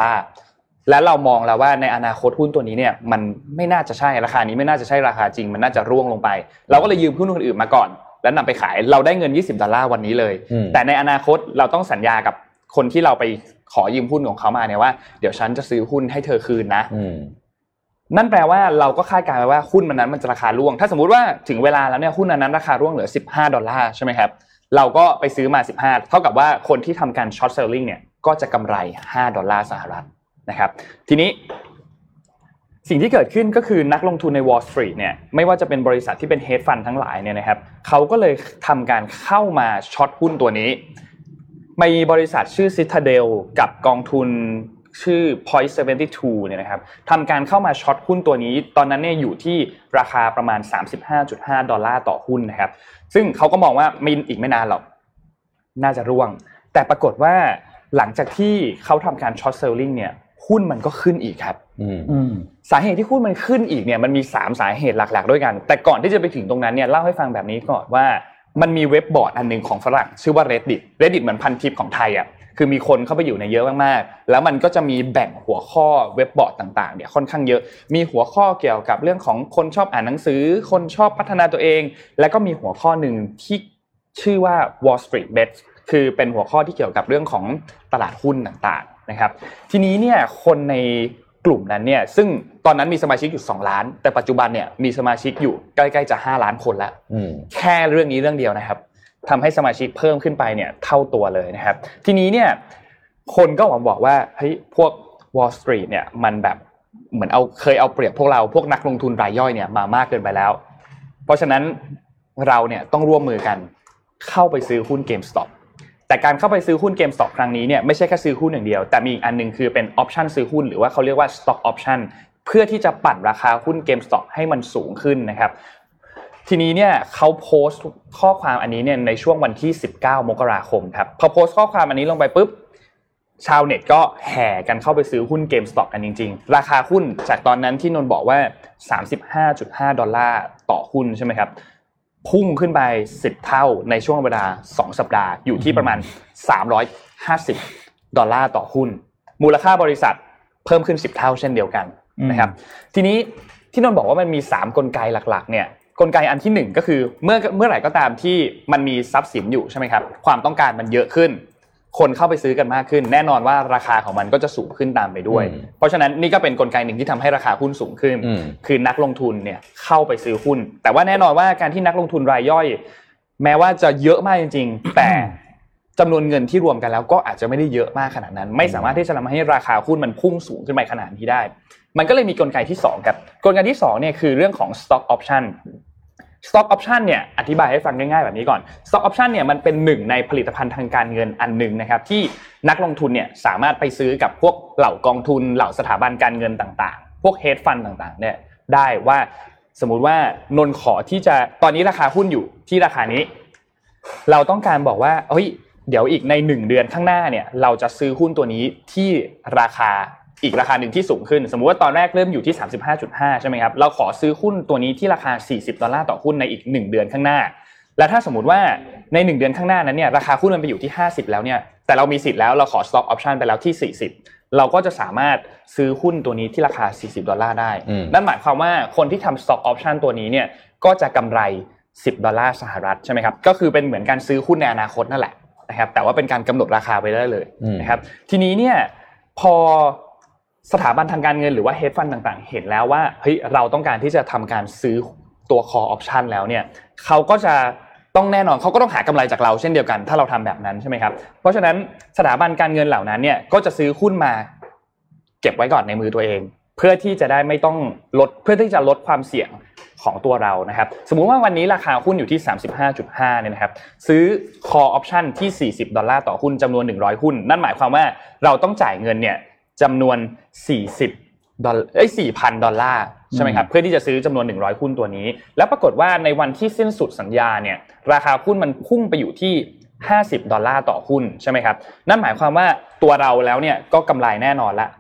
$20แล้วเรามองแล้วว่าในอนาคตหุ้นตัวนี้เนี่ยมันไม่น่าจะใช่ราคานี้ไม่น่าจะใช่ราคาจริงมันน่าจะร่วงลงไปเราก็เลยยืมหุ้นคนอื่นมาก่อนแล้วนำไปขายเราได้เงิน$20วันนี้เลยแต่ในอนาคตเราต้องสัญญากับคนที่เราไปขอยืมหุ้นของเขามาเนี่ยว่าเดี๋ยวฉันจะซื้อหุ้นให้เธอคืนนะนั่นแปลว่าเราก็คาดการณ์ไว้ว่าหุ้นมันนั้นมันจะราคาร่วงถ้าสมมุติว่าถึงเวลาแล้วเนี่ยหุ้นนั้นราคาร่วงเหลือ$15ใช่ไหมครับเราก็ไปซื้อมา15เท่ากับว่าคนที่ทำการช็อตเซลลิ่งเนี่ยก็จะกำไร$5สหรัฐนะครับทีนี้สิ่งที่เกิดขึ้นก็คือนักลงทุนใน Wall Street เนี่ยไม่ว่าจะเป็นบริษัทที่เป็น hedge fund ทั้งหลายเนี่ยนะครับเขาก็เลยทำการเข้ามาช็อตหุ้นตัวนี้มีบริษัทชื่อ Citadel กับกองทุนชื่อ Point 72เนี่ยนะครับทำการเข้ามาช็อตหุ้นตัวนี้ตอนนั้นเนี่ยอยู่ที่ราคาประมาณ$35.5ต่อหุ้นนะครับซึ่งเขาก็มองว่าอีกไม่นานหรอกน่าจะร่วงแต่ปรากฏว่าหลังจากที่เขาทำการช็อตเซลลิ่งเนี่ยหุ้นมันก็ขึ้นอีกครับสาเหตุที่หุ้นมันขึ้นอีกเนี่ยมันมี3สาเหตุหลักๆด้วยกันแต่ก่อนที่จะไปถึงตรงนั้นเนี่ยเล่าให้ฟังแบบนี้ก่อนว่ามันมีเว็บบอร์ดอันนึงของฝรั่งชื่อว่า Reddit เหมือนพันทิปของไทยอ่ะคือมีคนเข้าไปอยู่ในเยอะมากๆแล้วมันก็จะมีแบ่งหัวข้อเว็บบอร์ดต่างๆเนี่ยค่อนข้างเยอะมีหัวข้อเกี่ยวกับเรื่องของคนชอบอ่านหนังสือคนชอบพัฒนาตัวเองแล้วก็มีหัวข้อนึงที่ชื่อว่า Wall Street Bets คือเป็นหัวข้อที่เกี่ยวกับเรื่องของตลาดหุ้นต่างๆนะครับทีนี้เนี่ยคนในกลุ่มนั้นเนี่ยซึ่งตอนนั้นมีสมาชิกอยู่2ล้านแต่ปัจจุบันเนี่ยมีสมาชิกอยู่ใกล้ๆจะ5ล้านคนแล้วแค่เรื่องนี้เรื่องเดียวนะครับทำให้สมาชิกเพิ่มขึ้นไปเนี่ยเท่าตัวเลยนะครับทีนี้เนี่ยคนก็บอกว่าเฮ้ยพวก Wall Street เนี่ยมันแบบเหมือนเคยเอาเปรียบพวกเราพวกนักลงทุนรายย่อยเนี่ยมามากเกินไปแล้วเพราะฉะนั้นเราเนี่ยต้องร่วมมือกันเข้าไปซื้อหุ้น GameStop แต่การเข้าไปซื้อหุ้น GameStop ครั้งนี้เนี่ยไม่ใช่แค่ซื้อหุ้นอย่างเดียวแต่มีอีกอันนึงคือเป็น option ซื้อหุ้นหรือว่าเขาเรียกว่า stock option เพื่อที่จะปั่นราคาหุ้น GameStop ให้มันสูงขึ้นนะครับทีนี้เนี่ยเขาโพสต์ข้อความอันนี้เนี่ยในช่วงวันที่19มกราคมครับพอโพสต์ข้อความอันนี้ลงไปปุ๊บชาวเน็ตก็แห่กันเข้าไปซื้อหุ้น GameStop กันจริงๆราคาหุ้นจากตอนนั้นที่นนท์บอกว่า $35.5 ต่อหุ้นใช่ไหมครับพุ่งขึ้นไป10เท่าในช่วงเวลา2สัปดาห์อยู่ที่ประมาณ$350ต่อหุ้นมูลค่าบริษัทเพิ่มขึ้น10เท่าเช่นเดียวกันนะครับทีนี้ที่นนท์บอกว่ามันมี3กลไกหลักๆเนี่ยกลไกอันที่1ก็คือเมื่อไหร่ก็ตามที่มันมีทรัพย์สินอยู่ใช่ไหมครับความต้องการมันเยอะขึ้นคนเข้าไปซื้อกันมากขึ้นแน่นอนว่าราคาของมันก็จะสูงขึ้นตามไปด้วยเพราะฉะนั้นนี่ก็เป็นกลไกหนึ่งที่ทำให้ราคาหุ้นสูงขึ้นคือนักลงทุนเนี่ยเข้าไปซื้อหุ้นแต่ว่าแน่นอนว่าการที่นักลงทุนรายย่อยแม้ว่าจะเยอะมากจริงๆแต่จำนวนเงินที่รวมกันแล้วก็อาจจะไม่ได้เยอะมากขนาดนั้นไม่สามารถที่จะทำให้ราคาหุ้นมันพุ่งสูงขึ้นไปขนาดนี้ได้มันก็เลยมีกลไกที่2ครับกลไกที่2เนี่ยคือเรื่องของ stock optionเนี่ยอธิบายให้ฟังง่ายๆแบบนี้ก่อน stock option เนี่ยมันเป็นหนึ่งในผลิตภัณฑ์ทางการเงินอันนึงนะครับที่นักลงทุนเนี่ยสามารถไปซื้อกับพวกเหล่ากองทุนเหล่าสถาบันการเงินต่างๆพวก hedge fund ต่างๆเนี่ยได้ว่าสมมุติว่านนขอที่จะตอนนี้ราคาหุ้นอยู่ที่ราคานี้เราต้องการบอกว่าเฮ้ยเดี๋ยวอีกใน1เดือนข้างหน้าเนี่ยเราจะซื้อหุ้นตัวนี้ที่ราคาอีกราคาหนึ่งที่สูงขึ้นสมมุติว่าตอนแรกเริ่มอยู่ที่ 35.5 ใช่มั้ยครับเราขอซื้อหุ้นตัวนี้ที่ราคา$40ต่อหุ้นในอีก1เดือนข้างหน้าและถ้าสมมุติว่าใน1เดือนข้างหน้านั้นเนี่ยราคาหุ้นมันไปอยู่ที่50แล้วเนี่ยแต่เรามีสิทธิ์แล้วเราขอ stock option ไปแล้วที่40เราก็จะสามารถซื้อหุ้นตัวนี้ที่ราคา$40ได้นั่นหมายความว่าคนที่ทำ stock option ตัวนี้เนี่ยก็จะกำไร$10สหรัฐใช่มั้ยครับก็คือเป็นเหมือนการซื้อหุ้นในอนาคตนั่นแหละนะครับแต่ว่าเป็นการกำหนดราคาไปได้เลยนะครับทีนี้เนี่ยพอสถาบันทางการเงินหรือว่า hedge fund ต่างๆเห็นแล้วว่าเฮ้ยเราต้องการที่จะทำการซื้อตัว call option แล้วเนี่ยเขาก็จะต้องแน่นอนเขาก็ต้องหากำไรจากเราเช่นเดียวกันถ้าเราทำแบบนั้นใช่ไหมครับเพราะฉะนั้นสถาบันการเงินเหล่านั้นเนี่ยก็จะซื้อหุ้นมาเก็บไว้ก่อนในมือตัวเองเพื่อที่จะได้ไม่ต้องเพื่อที่จะลดความเสี่ยงของตัวเรานะครับสมมุติว่าวันนี้ราคาหุ้นอยู่ที่ 35.5 เนี่ยนะครับซื้อ call option ที่$40ต่อหุ้นจำนวน100หุ้นนั่นหมายความว่าเราต้องจ่ายเงินเนี่ยจำนวน$4,000ใช่ไหมครับเพื่อที่จะซื้อจำนวน100หุ้นตัวนี้แล้วปรากฏว่าในวันที่สิ้นสุดสัญญาเนี่ยราคาหุ้นมันพุ่งไปอยู่ที่$50ต่อหุ้นใช่ไหมครับนั่นหมายความว่าตัวเราแล้วเนี่ยก็กำไรแน่นอนละ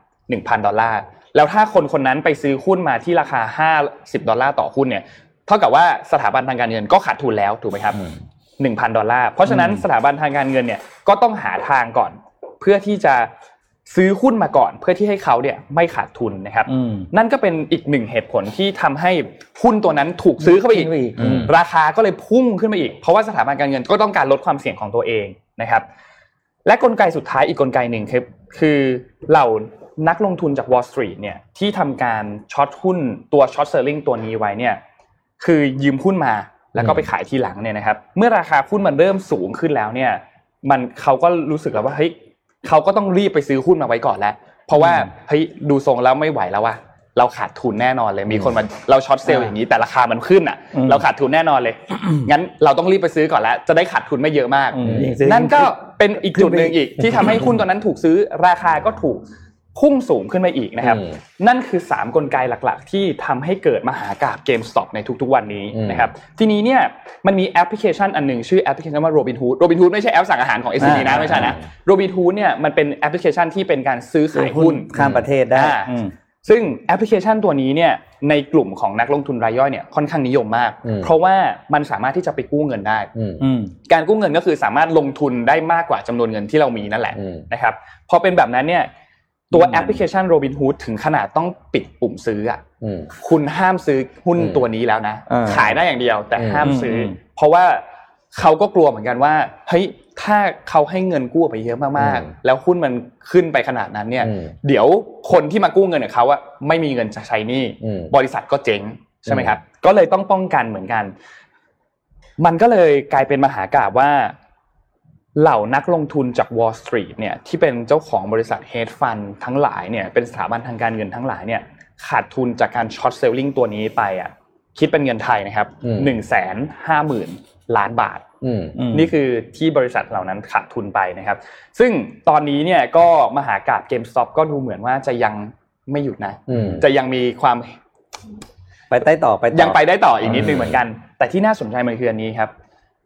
$1,000แล้วถ้าคนนั้นไปซื้อหุ้นมาที่ราคา$50ต่อหุ้นเนี่ยเท่ากับว่าสถาบันทางการเงินก็ขาดทุนแล้วถูกไหมครับ$1,000เพราะฉะนั้นสถาบันทางการเงินเนี่ยก็ต้องหาทางก่อนเพื่อที่จะซื้อหุ้นมาก่อนเพื่อที่ให้เขาเนี่ยไม่ขาดทุนนะครับนั่นก็เป็นอีกหนึ่งเหตุผลที่ทำให้หุ้นตัวนั้นถูกซื้อเข้าไปอีกราคาก็เลยพุ่งขึ้นมาอีกเพราะว่าสถาบันการเงินก็ต้องการลดความเสี่ยงของตัวเองนะครับและกลไกสุดท้ายอีกกลไกหนึ่งคือเหล่านักลงทุนจาก Wall Street เนี่ยที่ทำการช็อตหุ้นตัว short selling ตัวนี้ไว้เนี่ยคือยืมหุ้นมาแล้วก็ไปขายทีหลังเนี่ยนะครับเมื่อราคาหุ้นมันเริ่มสูงขึ้นแล้วเนี่ยเขาก็รู้สึกแล้วว่าเฮ้ยเขาก็ต้องรีบไปซื้อหุ้นมาไว้ก่อนแล้วเพราะว่าเฮ้ยดูทรงแล้วไม่ไหวแล้วว่ะเราขาดทุนแน่นอนเลยมีคนมาเราช็อตเซลล์อย่างนี้แต่ราคามันขึ้นอ่ะเราขาดทุนแน่นอนเลยงั้นเราต้องรีบไปซื้อก่อนแล้วจะได้ขาดทุนไม่เยอะมากนั่นก็เป็นอีกจุดนึงอีกที่ทำให้หุ้นตัวนั้นถูกซื้อราคาก็ถูกพุ่งสูงขึ้นมาอีกนะครับนั่นคือ3กลไกหลักๆที่ทำให้เกิดมหากาพย์ GameStop ในทุกๆวันนี้นะครับทีนี้เนี่ยมันมีแอปพลิเคชันอันนึงชื่อแอปพลิเคชันว่า Robinhood ไม่ใช่แอปสั่งอาหารของ SCB นะไม่ใช่นะ Robinhood เนี่ยมันเป็นแอปพลิเคชันที่เป็นการซื้อขายหุ้นข้ามประเทศได้ซึ่งแอปพลิเคชันตัวนี้เนี่ยในกลุ่มของนักลงทุนรายย่อยเนี่ยค่อนข้างนิยมมากเพราะว่ามันสามารถที่จะไปกู้เงินได้การกู้เงินก็คือสามารถลงทุนได้มากกว่าจำนวนเงินที่เรามีนั่นแหละนะครับพอเป็นแบบนั้นเนี่ยตัวแอปพลิเคชัน Robinhood ถึงขนาดต้องปิดปุ่มซื้ออ่ะคุณห้ามซื้อหุ้นตัวนี้แล้วนะขายได้อย่างเดียวแต่ห้ามซื้อเพราะว่าเขาก็กลัวเหมือนกันว่าเฮ้ยถ้าเขาให้เงินกู้ไปเยอะมากๆแล้วหุ้นมันขึ้นไปขนาดนั้นเนี่ยเดี๋ยวคนที่มากู้เงินกับเขาอ่ะไม่มีเงินจะใช้หนี้บริษัทก็เจ๊งใช่ไหมครับก็เลยต้องป้องกันเหมือนกันมันก็เลยกลายเป็นมหากาพย์ว่าเหล่านักลงทุนจาก Wall Street เนี่ยที่เป็นเจ้าของบริษัท hedge fund ทั้งหลายเนี่ยเป็นสถาบันทางการเงินทั้งหลายเนี่ยขาดทุนจากการ short selling ตัวนี้ไปอ่ะคิดเป็นเงินไทยนะครับ 150,000 ล้านบาทนี่คือที่บริษัทเหล่านั้นขาดทุนไปนะครับซึ่งตอนนี้เนี่ยก็มหากาพย์ GameStop ก็ดูเหมือนว่าจะยังไม่หยุดนะจะยังมีความไปได้ต่อยังไปได้ต่ออีกนิดนึงเหมือนกันแต่ที่น่าสนใจมันคืออันนี้ครับ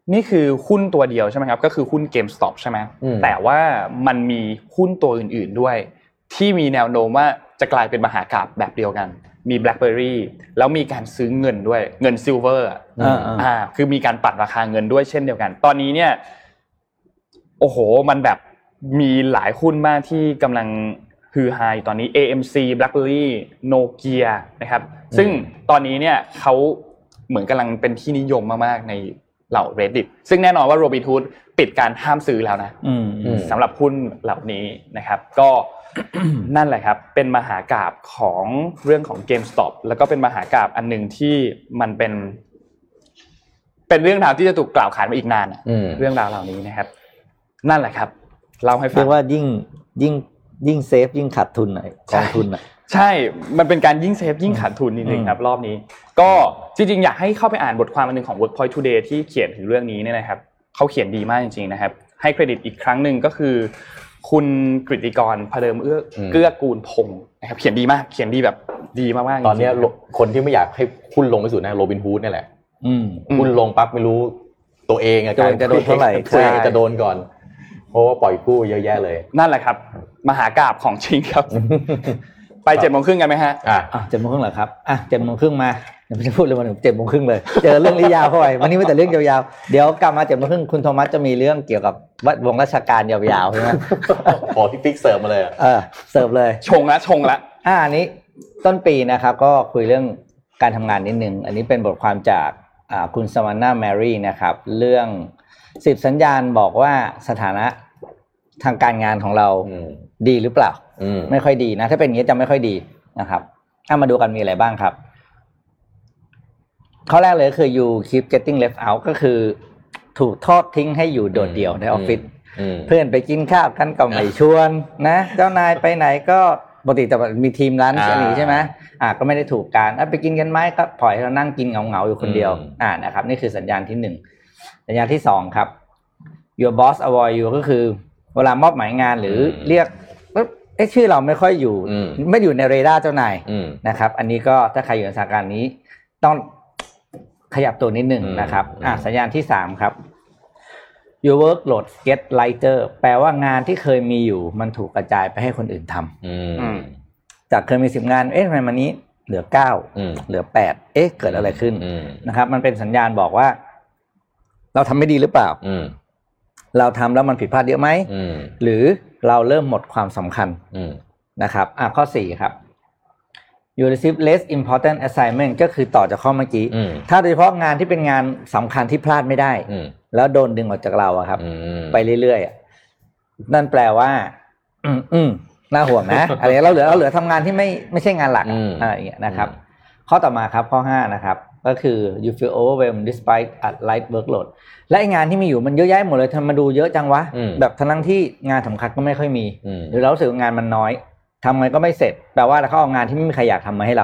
นี่คือหุ้นตัวเดียวใช่ไหมครับก็คือหุ้น GameStop ใช่ไหมแต่ว่ามันมีหุ้นตัวอื่นๆด้วยที่มีแนวโน้มว่าจะกลายเป็นมหากาพย์แบบเดียวกันมี BlackBerry แล้วมีการซื้อเงินด้วยเงินซิลเวอร์คือมีการปัดราคาเงินด้วยเช่นเดียวกันตอนนี้เนี่ยโอ้โหมันแบบมีหลายหุ้นมากที่กำลังฮือฮาตอนนี้ AMC BlackBerry Nokia นะครับซึ่งตอนนี้เนี่ยเขาเหมือนกำลังเป็นที่นิยมมากๆในเหล่า Reddit ซึ่งแน่นอนว่า Robinhood ปิดการห้ามซื้อแล้วนะสำหรับหุ้นเหล่านี้นะครับก็ นั่นแหละครับเป็นมหากาพย์ของเรื่องของ GameStop แล้วก็เป็นมหากาพย์อันนึงที่มันเป็นเรื่องราวที่จะถูกกล่าวขานมาอีกนานเรื่องราวเหล่านี้นะครับนั่นแหละครับเล่าให้ฟังเรียกว่ายิ่งเซฟยิ่งขาดทุนหน่อยกองทุนอ่ะใช่มันเป็นการยิ่งเซฟยิ่งขาดทุนนิดนึงครับรอบนี้ก็จริงๆอยากให้เข้าไปอ่านบทความอันนึงของ Workpoint Today ที่เขียนถึงเรื่องนี้เนี่ยนะครับเขาเขียนดีมากจริงๆนะครับให้เครดิตอีกครั้งนึงก็คือคุณกฤติกรพเดิมเกื้อกูลพงศ์นะครับเขียนดีมากเขียนดีแบบดีมากๆตอนนี้คนที่ไม่อยากให้หุ้นลงไปสุดนะโรบินฮูดนี่แหละหุ้นลงปั๊บไม่รู้ตัวเองการจะโดนเท่าไหร่ตัวเองจะโดนก่อนเพราะว่าปล่อยกู้เยอะแยะเลยนั่นแหละครับมหากาพย์ของจริงครับไป 7:30 นกันมั้ยฮะ 7:30 นเหรอครับ7:30 นมาเดี๋ยวจะพูดเลยวันนี้ 7:30 นเลยเจอเรื่องยาวเข้าไปวันนี้มีแต่เรื่องยาวๆเดี๋ยวกลับมา 7:30 นคุณโทมัสจะมีเรื่องเกี่ยวกับวงราชการยาวๆใช่มั้ยขอพี่ปิ๊กเสิร์ฟมาเลยเสิร์ฟเลยชงละอันนี้ต้นปีนะครับก็คุยเรื่องการทำงานนิดนึงอันนี้เป็นบทความจากคุณสวรรณแมรี่นะครับเรื่อง10สัญญาณบอกว่าสถานะทางการงานของเราดีหรือเปล่าไม่ค่อยดีนะถ้าเป็นอย่างนี้จะไม่ค่อยดีนะครับมาดูกันมีอะไรบ้างครับข้อแรกเลยคือ you keep getting left out ก็คือถูกทอดทิ้งให้อยู่โดดเดี่ยวในออฟฟิศเพื่อนไปกินข้าวกันก็ไม่ชวนนะเจ้านายไปไหนก็ปกติแต่มีทีมร้านอะไรใช่ไหมก็ไม่ได้ถูกการไปกินกันไหมก็ปล่อยให้เรานั่งกินเหงาๆอยู่คนเดียวนะครับนี่คือสัญญาณที่1สัญญาณที่2ครับ your boss avoid you ก็คือเวลามอบหมายงานหรือเรียกชื่อเราไม่ค่อยอยู่ไม่อยู่ในเรดาร์เจ้านายนะครับอันนี้ก็ถ้าใครอยู่ในสถานการณ์นี้ต้องขยับตัวนิดนึงนะครับสัญญาณที่3ครับ your workload get lighter แปลว่างานที่เคยมีอยู่มันถูกกระจายไปให้คนอื่นทำจากเคยมี10งานทำไมวันนี้เหลือ9เหลือ8เกิดอะไรขึ้นนะครับมันเป็นสัญญาณบอกว่าเราทำไม่ดีหรือเปล่าเราทำแล้วมันผิดพลาดเยอะไหมหรือเราเริ่มหมดความสำคัญนะครับข้อ4ครับ you receive less important assignment ก็คือต่อจากข้อเมื่อกี้ถ้าโดยเฉพาะงานที่เป็นงานสำคัญที่พลาดไม่ได้แล้วโดนดึงออกจากเราครับไปเรื่อยๆนั่นแปลว่าน่าห่วงนะอะไรเราเหลือทำงานที่ไม่ใช่งานหลักอย่างเงี้ยนะครับข้อต่อมาครับข้อ5นะครับก็คือ you feel overwhelmed despite a light workload และงานที่มีอยู่มันเยอะแยะหมดเลยทำมาดูเยอะจังวะแบบทั้งที่งานสำคัญก็ไม่ค่อยมีหรือเรารู้สึกงานมันน้อยทำไงก็ไม่เสร็จแปลว่าเขาเอางานที่ไม่มีใครอยากทำมาให้เรา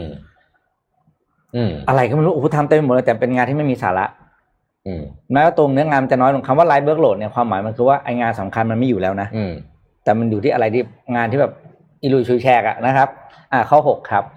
อะไรก็ไม่รู้ทำเต็มหมดเลยแต่เป็นงานที่ไม่มีสาระแม้ว่าตรงเนื้องานมันจะน้อยลงคำว่า light workload เนี่ยความหมายมันคือว่าไองานสำคัญมันไม่อยู่แล้วนะแต่มันอยู่ที่อะไรที่งานที่แบบอิลุยชุยแชกนะครับข้อ6ครับ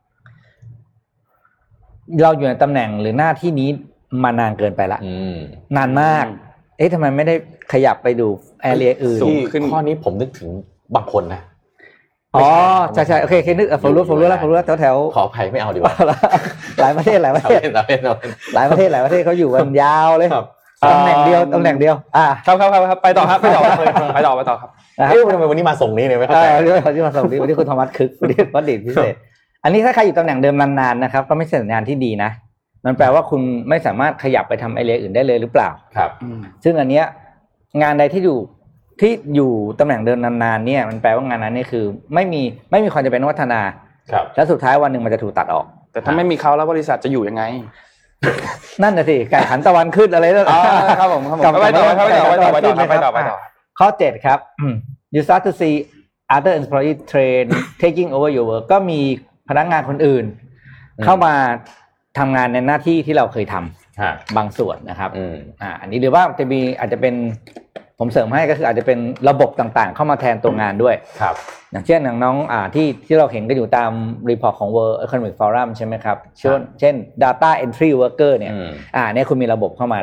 เราอยู่ในตำแหน่งหรือหน้าที่นี้มานานเกินไปละนานมากทำไมไม่ได้ขยับไปดูแอเรียอื่นข้อนี้ผมนึกถึงบางคนนะใช่ๆโอเคนึกผมรู้แล้วแถวขออภัยไม่เอาดีกว่าหลายประเทศหลายประเทศเขาอยู่กันยาวเลยตำแหน่งเดียวครับไปต่อครับทำไมวันนี้มาส่งนี้เนี่ยไม่เข้าใจวันนี้มาส่งนี้วันนี้คุณธรรมะคึกวันนี้วัดดิพิเศษอันนี้ถ้าใครอยู่ตำแหน่งเดิมนานๆนะครับก็ไม่ใช่สัญญาณที่ดีนะมันแปลว่าคุณไม่สามารถขยับไปทำไอเรียอื่นได้เลยหรือเปล่าครับซึ่งอันเนี้ยงานใดที่อยู่ตำแหน่งเดิมนานๆเนี่ยมันแปลว่างานนั้นนี่คือไม่มีความจะเป็นวัฒนาแล้วสุดท้ายวันหนึ่งมันจะถูกตัดออกแต่ถ้าไม่มีเขาแล้วบริษัทจะอยู่ยังไงนั่นน่ะสิไก่หันตะวันขึ้นอะไรนั่นครับผมไปต่อข้อ7ครับ you start to see other employee train taking over your work ก็มีพนักงานคนอื่นเข้ามาทำงานในหน้าที่ที่เราเคยทำบางส่วนนะครับอันนี้หรือว่าอาจจะเป็นผมเสริมให้ก็คืออาจจะเป็นระบบต่างๆเข้ามาแทนตัวงานด้วยครับอย่างเช่นน้องที่เราเห็นกันอยู่ตามรีพอร์ตของ World Economic Forum ใช่ไหมครับเช่น Data Entry Worker เนี่ยเนี่ยคุณมีระบบเข้ามาแล้ว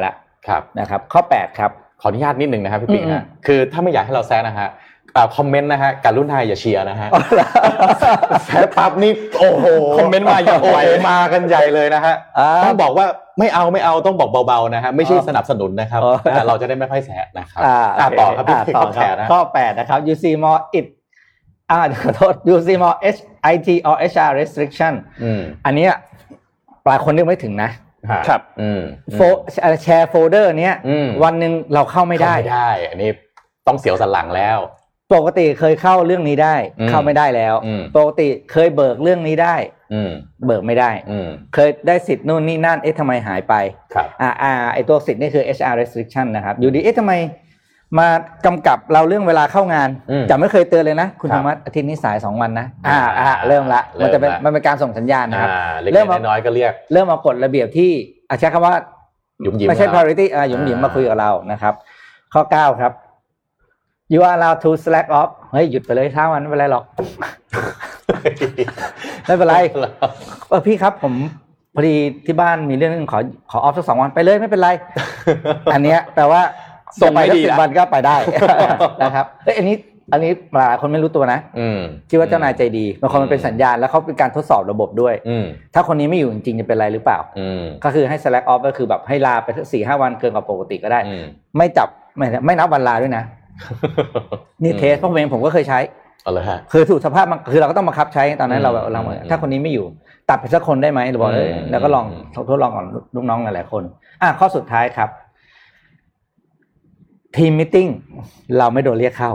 นะครับข้อ8ครับขออนุญาตนิดนึงนะครับพี่ปิ๊กนะคือถ้าไม่อยากให้เราแซะนะฮะคอมเมนต์นะฮะการรุ่นไทยอย่าเชียร์นะฮะแซะปั๊บนี่โอ้โหคอมเมนต์มาอย่างไวมากันใหญ่เลยนะฮะต้องบอกว่าไม่เอาต้องบอกเบาๆนะฮะไม่ใช่สนับสนุนนะครับเราจะได้ไม่ค่อยแซะนะครับต่อครับพี่ปิ๊กข้อ8นะครับ you see more it ขอโทษ you see more IT or HR restriction อันนี้หลายคนนึกไม่ถึงนะครับแชร์โฟลเดอร์เนี้ยวันนึงเราเข้าไม่ได้อันนี้ต้องเสียวสันหลังแล้วปกติเคยเข้าเรื่องนี้ได้เข้าไม่ได้แล้วปกติเคยเบิกเรื่องนี้ได้เบิกไม่ได้เคยได้สิทธิ์นู่นนี่นั่นทำไมหายไปไอตัวสิทธิ์นี่คือ HR restriction นะครับอยู่ดีทำไมมากำกับเราเรื่องเวลาเข้างานจะไม่เคยเตือนเลยนะคุณธรรมะอาทิตย์นี้สาย2วันนะเริ่มละมันเป็นการส่งสัญญาณนะครับเริ่มน้อยก็เรียกเริ่มเอากฎระเบียบที่ใช้คำว่าไม่ใช่ priority หยุมหยิมมาคุยกับเรานะครับข้อ9ครับyou are allowed to slack off เฮ้ยหยุดไปเลยทั้งวันไม่เป็นไรหรอกไม่เป็นไรพี่ครับผมพอดีที่บ้านมีเรื่องนึงขอออฟสัก2วันไปเลยไม่เป็นไรอันเนี้ยแปลว่าส่งไม่ดี 10วันก็ไปได้นะครับอันนี้หลายคนไม่รู้ตัวนะคิดว่าเจ้านายใจดีบางคนมันเป็นสัญญาณแล้วเขาเป็นการทดสอบระบบด้วยถ้าคนนี้ไม่อยู่จริงๆจะเป็นไรหรือเปล่าก็คือให้ slack off ก็คือแบบให้ลาไป4-5 วันเกินกว่าปกติก็ได้ไม่จับไม่นับวันลาด้วยนะนี่เทสเพราะผมก็เคยใช้คือถูกสภาพมันคือเราก็ต้องบังคับใช้ตอนนั้นเราถ้าคนนี้ไม่อยู่ตัดไปสักคนได้ไหมเราบอกแล้วก็ลองทดลองก่อนลูกน้องหลายๆคนข้อสุดท้ายครับทีมมีตติ้งเราไม่โดนเรียกเข้า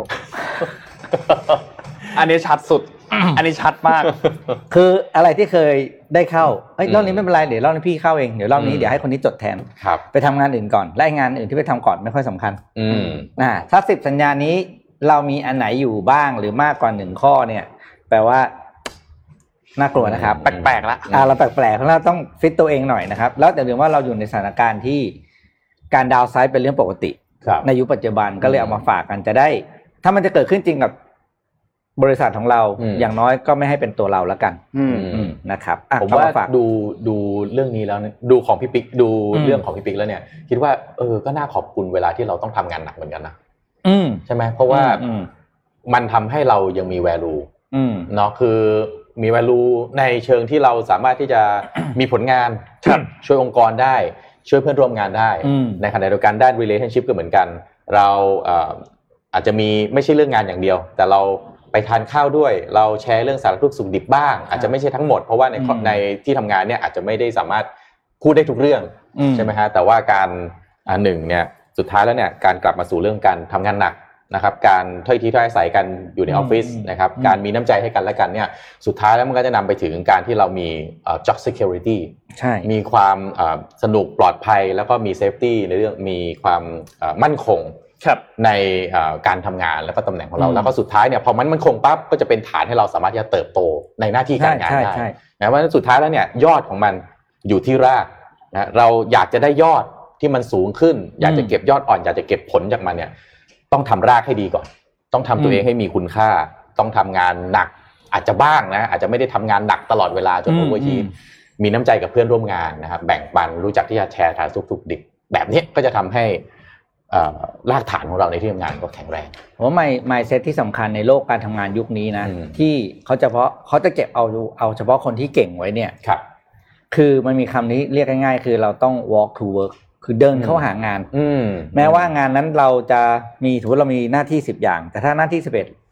อันนี้ชัดสุดอันนี้ชัดมากคืออะไรที่เคยได้เข้ารอบนี้ไม่เป็นไรเดี๋ยวรอบนี้พี่เข้าเองเดี๋ยวรอบนี้เดี๋ยวให้คนนี้จดแทนไปทำงานอื่นก่อนและงานอื่นที่ไปทำก่อนไม่ค่อยสำคัญถ้า10สัญญานี้เรามีอันไหนอยู่บ้างหรือมากกว่า1ข้อเนี่ยแปลว่าน่ากลัวนะครับแปลกๆละเราแปลกๆเพราะเราต้องฟิตตัวเองหน่อยนะครับแล้วแต่เรื่องว่าเราอยู่ในสถานการณ์ที่การดาวไซด์เป็นเรื่องปกติในยุคปัจจุบันก็เลยเอามาฝากกันจะได้ถ้ามันจะเกิดขึ้นจริงกับบริษัทของเราอย่างน้อยก็ไม่ให้เป็นตัวเราแล้วกันนะครับผมว่าดูเรื่องนี้แล้วดูของพี่ปิ๊กดูเรื่องของพี่ปิ๊กแล้วเนี่ยคิดว่าก็น่าขอบคุณเวลาที่เราต้องทำงานหนักเหมือนกันนะใช่ไหมเพราะว่ามันทำให้เรายังมี value เนาะคือมี value ในเชิงที่เราสามารถที่จะมีผลงานช่วยองค์กรได้ช่วยเพื่อนร่วมงานได้ในขณะเดียวกันด้าน relationship ก็เหมือนกันเราอาจจะมีไม่ใช่เรื่องงานอย่างเดียวแต่เราไปทานข้าวด้วยเราแชร์เรื่องสารทุกข์สุขดิบบ้างอาจจะไม่ใช่ทั้งหมดเพราะว่าในที่ทำงานเนี่ยอาจจะไม่ได้สามารถพูดได้ทุกเรื่องใช่ไหมฮะแต่ว่าการหนึ่งเนี่ยสุดท้ายแล้วเนี่ยการกลับมาสู่เรื่องการทำงานหนักนะครับการถ้อยทีถ้อยอาศัยกันอยู่ในออฟฟิศนะครับการมีน้ำใจให้กันและกันเนี่ยสุดท้ายแล้วมันก็จะนำไปถึงการที่เรามีjob security ใช่มีความสนุกปลอดภัยแล้วก็มี safety ในเรื่องมีความมั่นคงในการทำงานแล้วก็ตำแหน่งของเราแล้วก็สุดท้ายเนี่ยพอมันคงปั๊บก็จะเป็นฐานให้เราสามารถจะเติบโตในหน้าที่การงานได้นะว่าสุดท้ายแล้วเนี่ยยอดของมันอยู่ที่รากนะเราอยากจะได้ยอดที่มันสูงขึ้นอยากจะเก็บยอดอ่อนอยากจะเก็บผลจากมันเนี่ยต้องทำรากให้ดีก่อนต้องทำตัวเองให้มีคุณค่าต้องทำงานหนักอาจจะบ้างนะอาจจะไม่ได้ทำงานหนักตลอดเวลาจนโอเวอร์ฮีทมีน้ำใจกับเพื่อนร่วมงานนะครับแบ่งปันรู้จักที่จะแชร์สารทุกข์ดิบแบบนี้ก็จะทำให้รากฐานของเราในที่ทำงานก็แข็งแรงผมว่าmindset ที่สำคัญในโลกการทำงานยุคนี้นะที่เขาจะเก็บเอาเฉพาะคนที่เก่งไว้เนี่ยคือมันมีคำนี้เรียกง่ายๆคือเราต้อง walk to work คือเดินเข้าหางานแม้ว่างานนั้นเราจะมีถือว่าเรามีหน้าที่10อย่างแต่ถ้าหน้าที่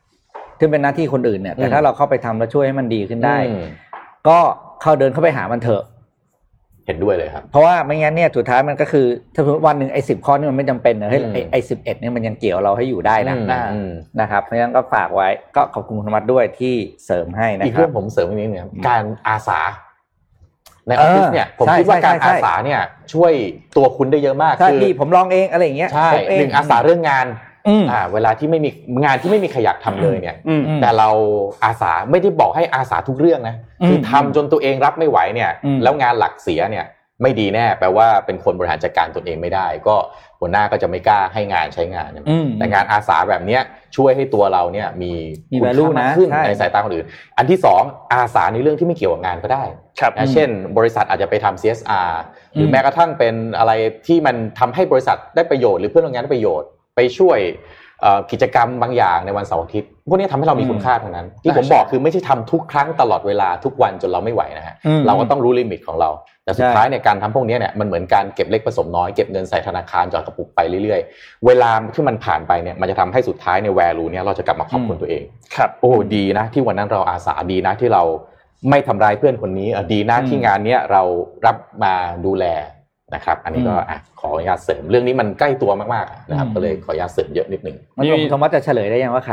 11ที่เป็นหน้าที่คนอื่นเนี่ยแต่ถ้าเราเข้าไปทำแล้วช่วยให้มันดีขึ้นได้ก็เข้าเดินเข้าไปหามันเถอะเห็นด้วยเลยครับเพราะว่าไม่งั้นเนี่ยสุดท้ายมันก็คือถ้าวันนึงไอ้10ข้อนี่มันไม่จำเป็นนะไอ้11เนี่ยมันยังเกี่ยวเราให้อยู่ได้นะครับเพราะฉะนั้นก็ฝากไว้ก็ขอบคุณคุณธรรมะด้วยที่เสริมให้นะครับอีกเรื่องผมเสริมอีกนิดนึงการอาสาในออฟฟิศเนี่ยผมคิดว่าการอาสาเนี่ยช่วยตัวคุณได้เยอะมากคือพี่ผมลองเองอะไรอย่างเงี้ยใช่หนึ่งอาสาเรื่องงานเวลาที่ไม่มีงานที่ไม่มีใครอยากทำเลยเนี่ยแต่เราอาสาไม่ได้บอกให้อาสาทุกเรื่องนะคือทำจนตัวเองรับไม่ไหวเนี่ยแล้วงานหลักเสียเนี่ยไม่ดีแน่แปลว่าเป็นคนบริหารจัดการตนเองไม่ได้ก็หัวหน้าก็จะไม่กล้าให้งานใช้งานแต่งานอาสาแบบนี้ช่วยให้ตัวเราเนี่ยมีคุณค่ามากขึ้นในสายตาคนอื่นอันที่2อาสาในเรื่องที่ไม่เกี่ยวกับงานก็ได้เช่นบริษัทอาจจะไปทำ CSR หรือแม้กระทั่งเป็นอะไรที่มันทำให้บริษัทได้ประโยชน์หรือเพื่อนร่วมงานได้ประโยชน์ไปช่วยกิจกรรมบางอย่างในวันเสาร์อาทิตย์พวกนี้ทำให้เรามีคุณค่าทั้งนั้นที่ผมบอกคือไม่ใช่ทำทุกครั้งตลอดเวลาทุกวันจนเราไม่ไหวนะฮะเราก็ต้องรู้ลิมิตของเราแต่สุดท้ายเนี่ยการทำพวกนี้เนี่ยมันเหมือนการเก็บเล็กผสมน้อยเก็บเงินใส่ธนาคารหยอดกระปุกไปเรื่อยๆเวลาที่มันผ่านไปเนี่ยมันจะทำให้สุดท้ายใน value เนี่ยเราจะกลับมาขอบคุณตัวเองครับโอ้ดีนะที่วันนั้นเราอาสาดีนะที่เราไม่ทำร้ายเพื่อนคนนี้ดีนะที่งานนี้เรารับมาดูแลนะครับอันนี้ก็ขออนุญาตเสริมเรื่องนี้มันใกล้ตัวมากๆนะครับก็เลยขออนุญาตเสริมเยอะนิดนึงนี่โทมัสจะเฉลยได้ยังว่าใคร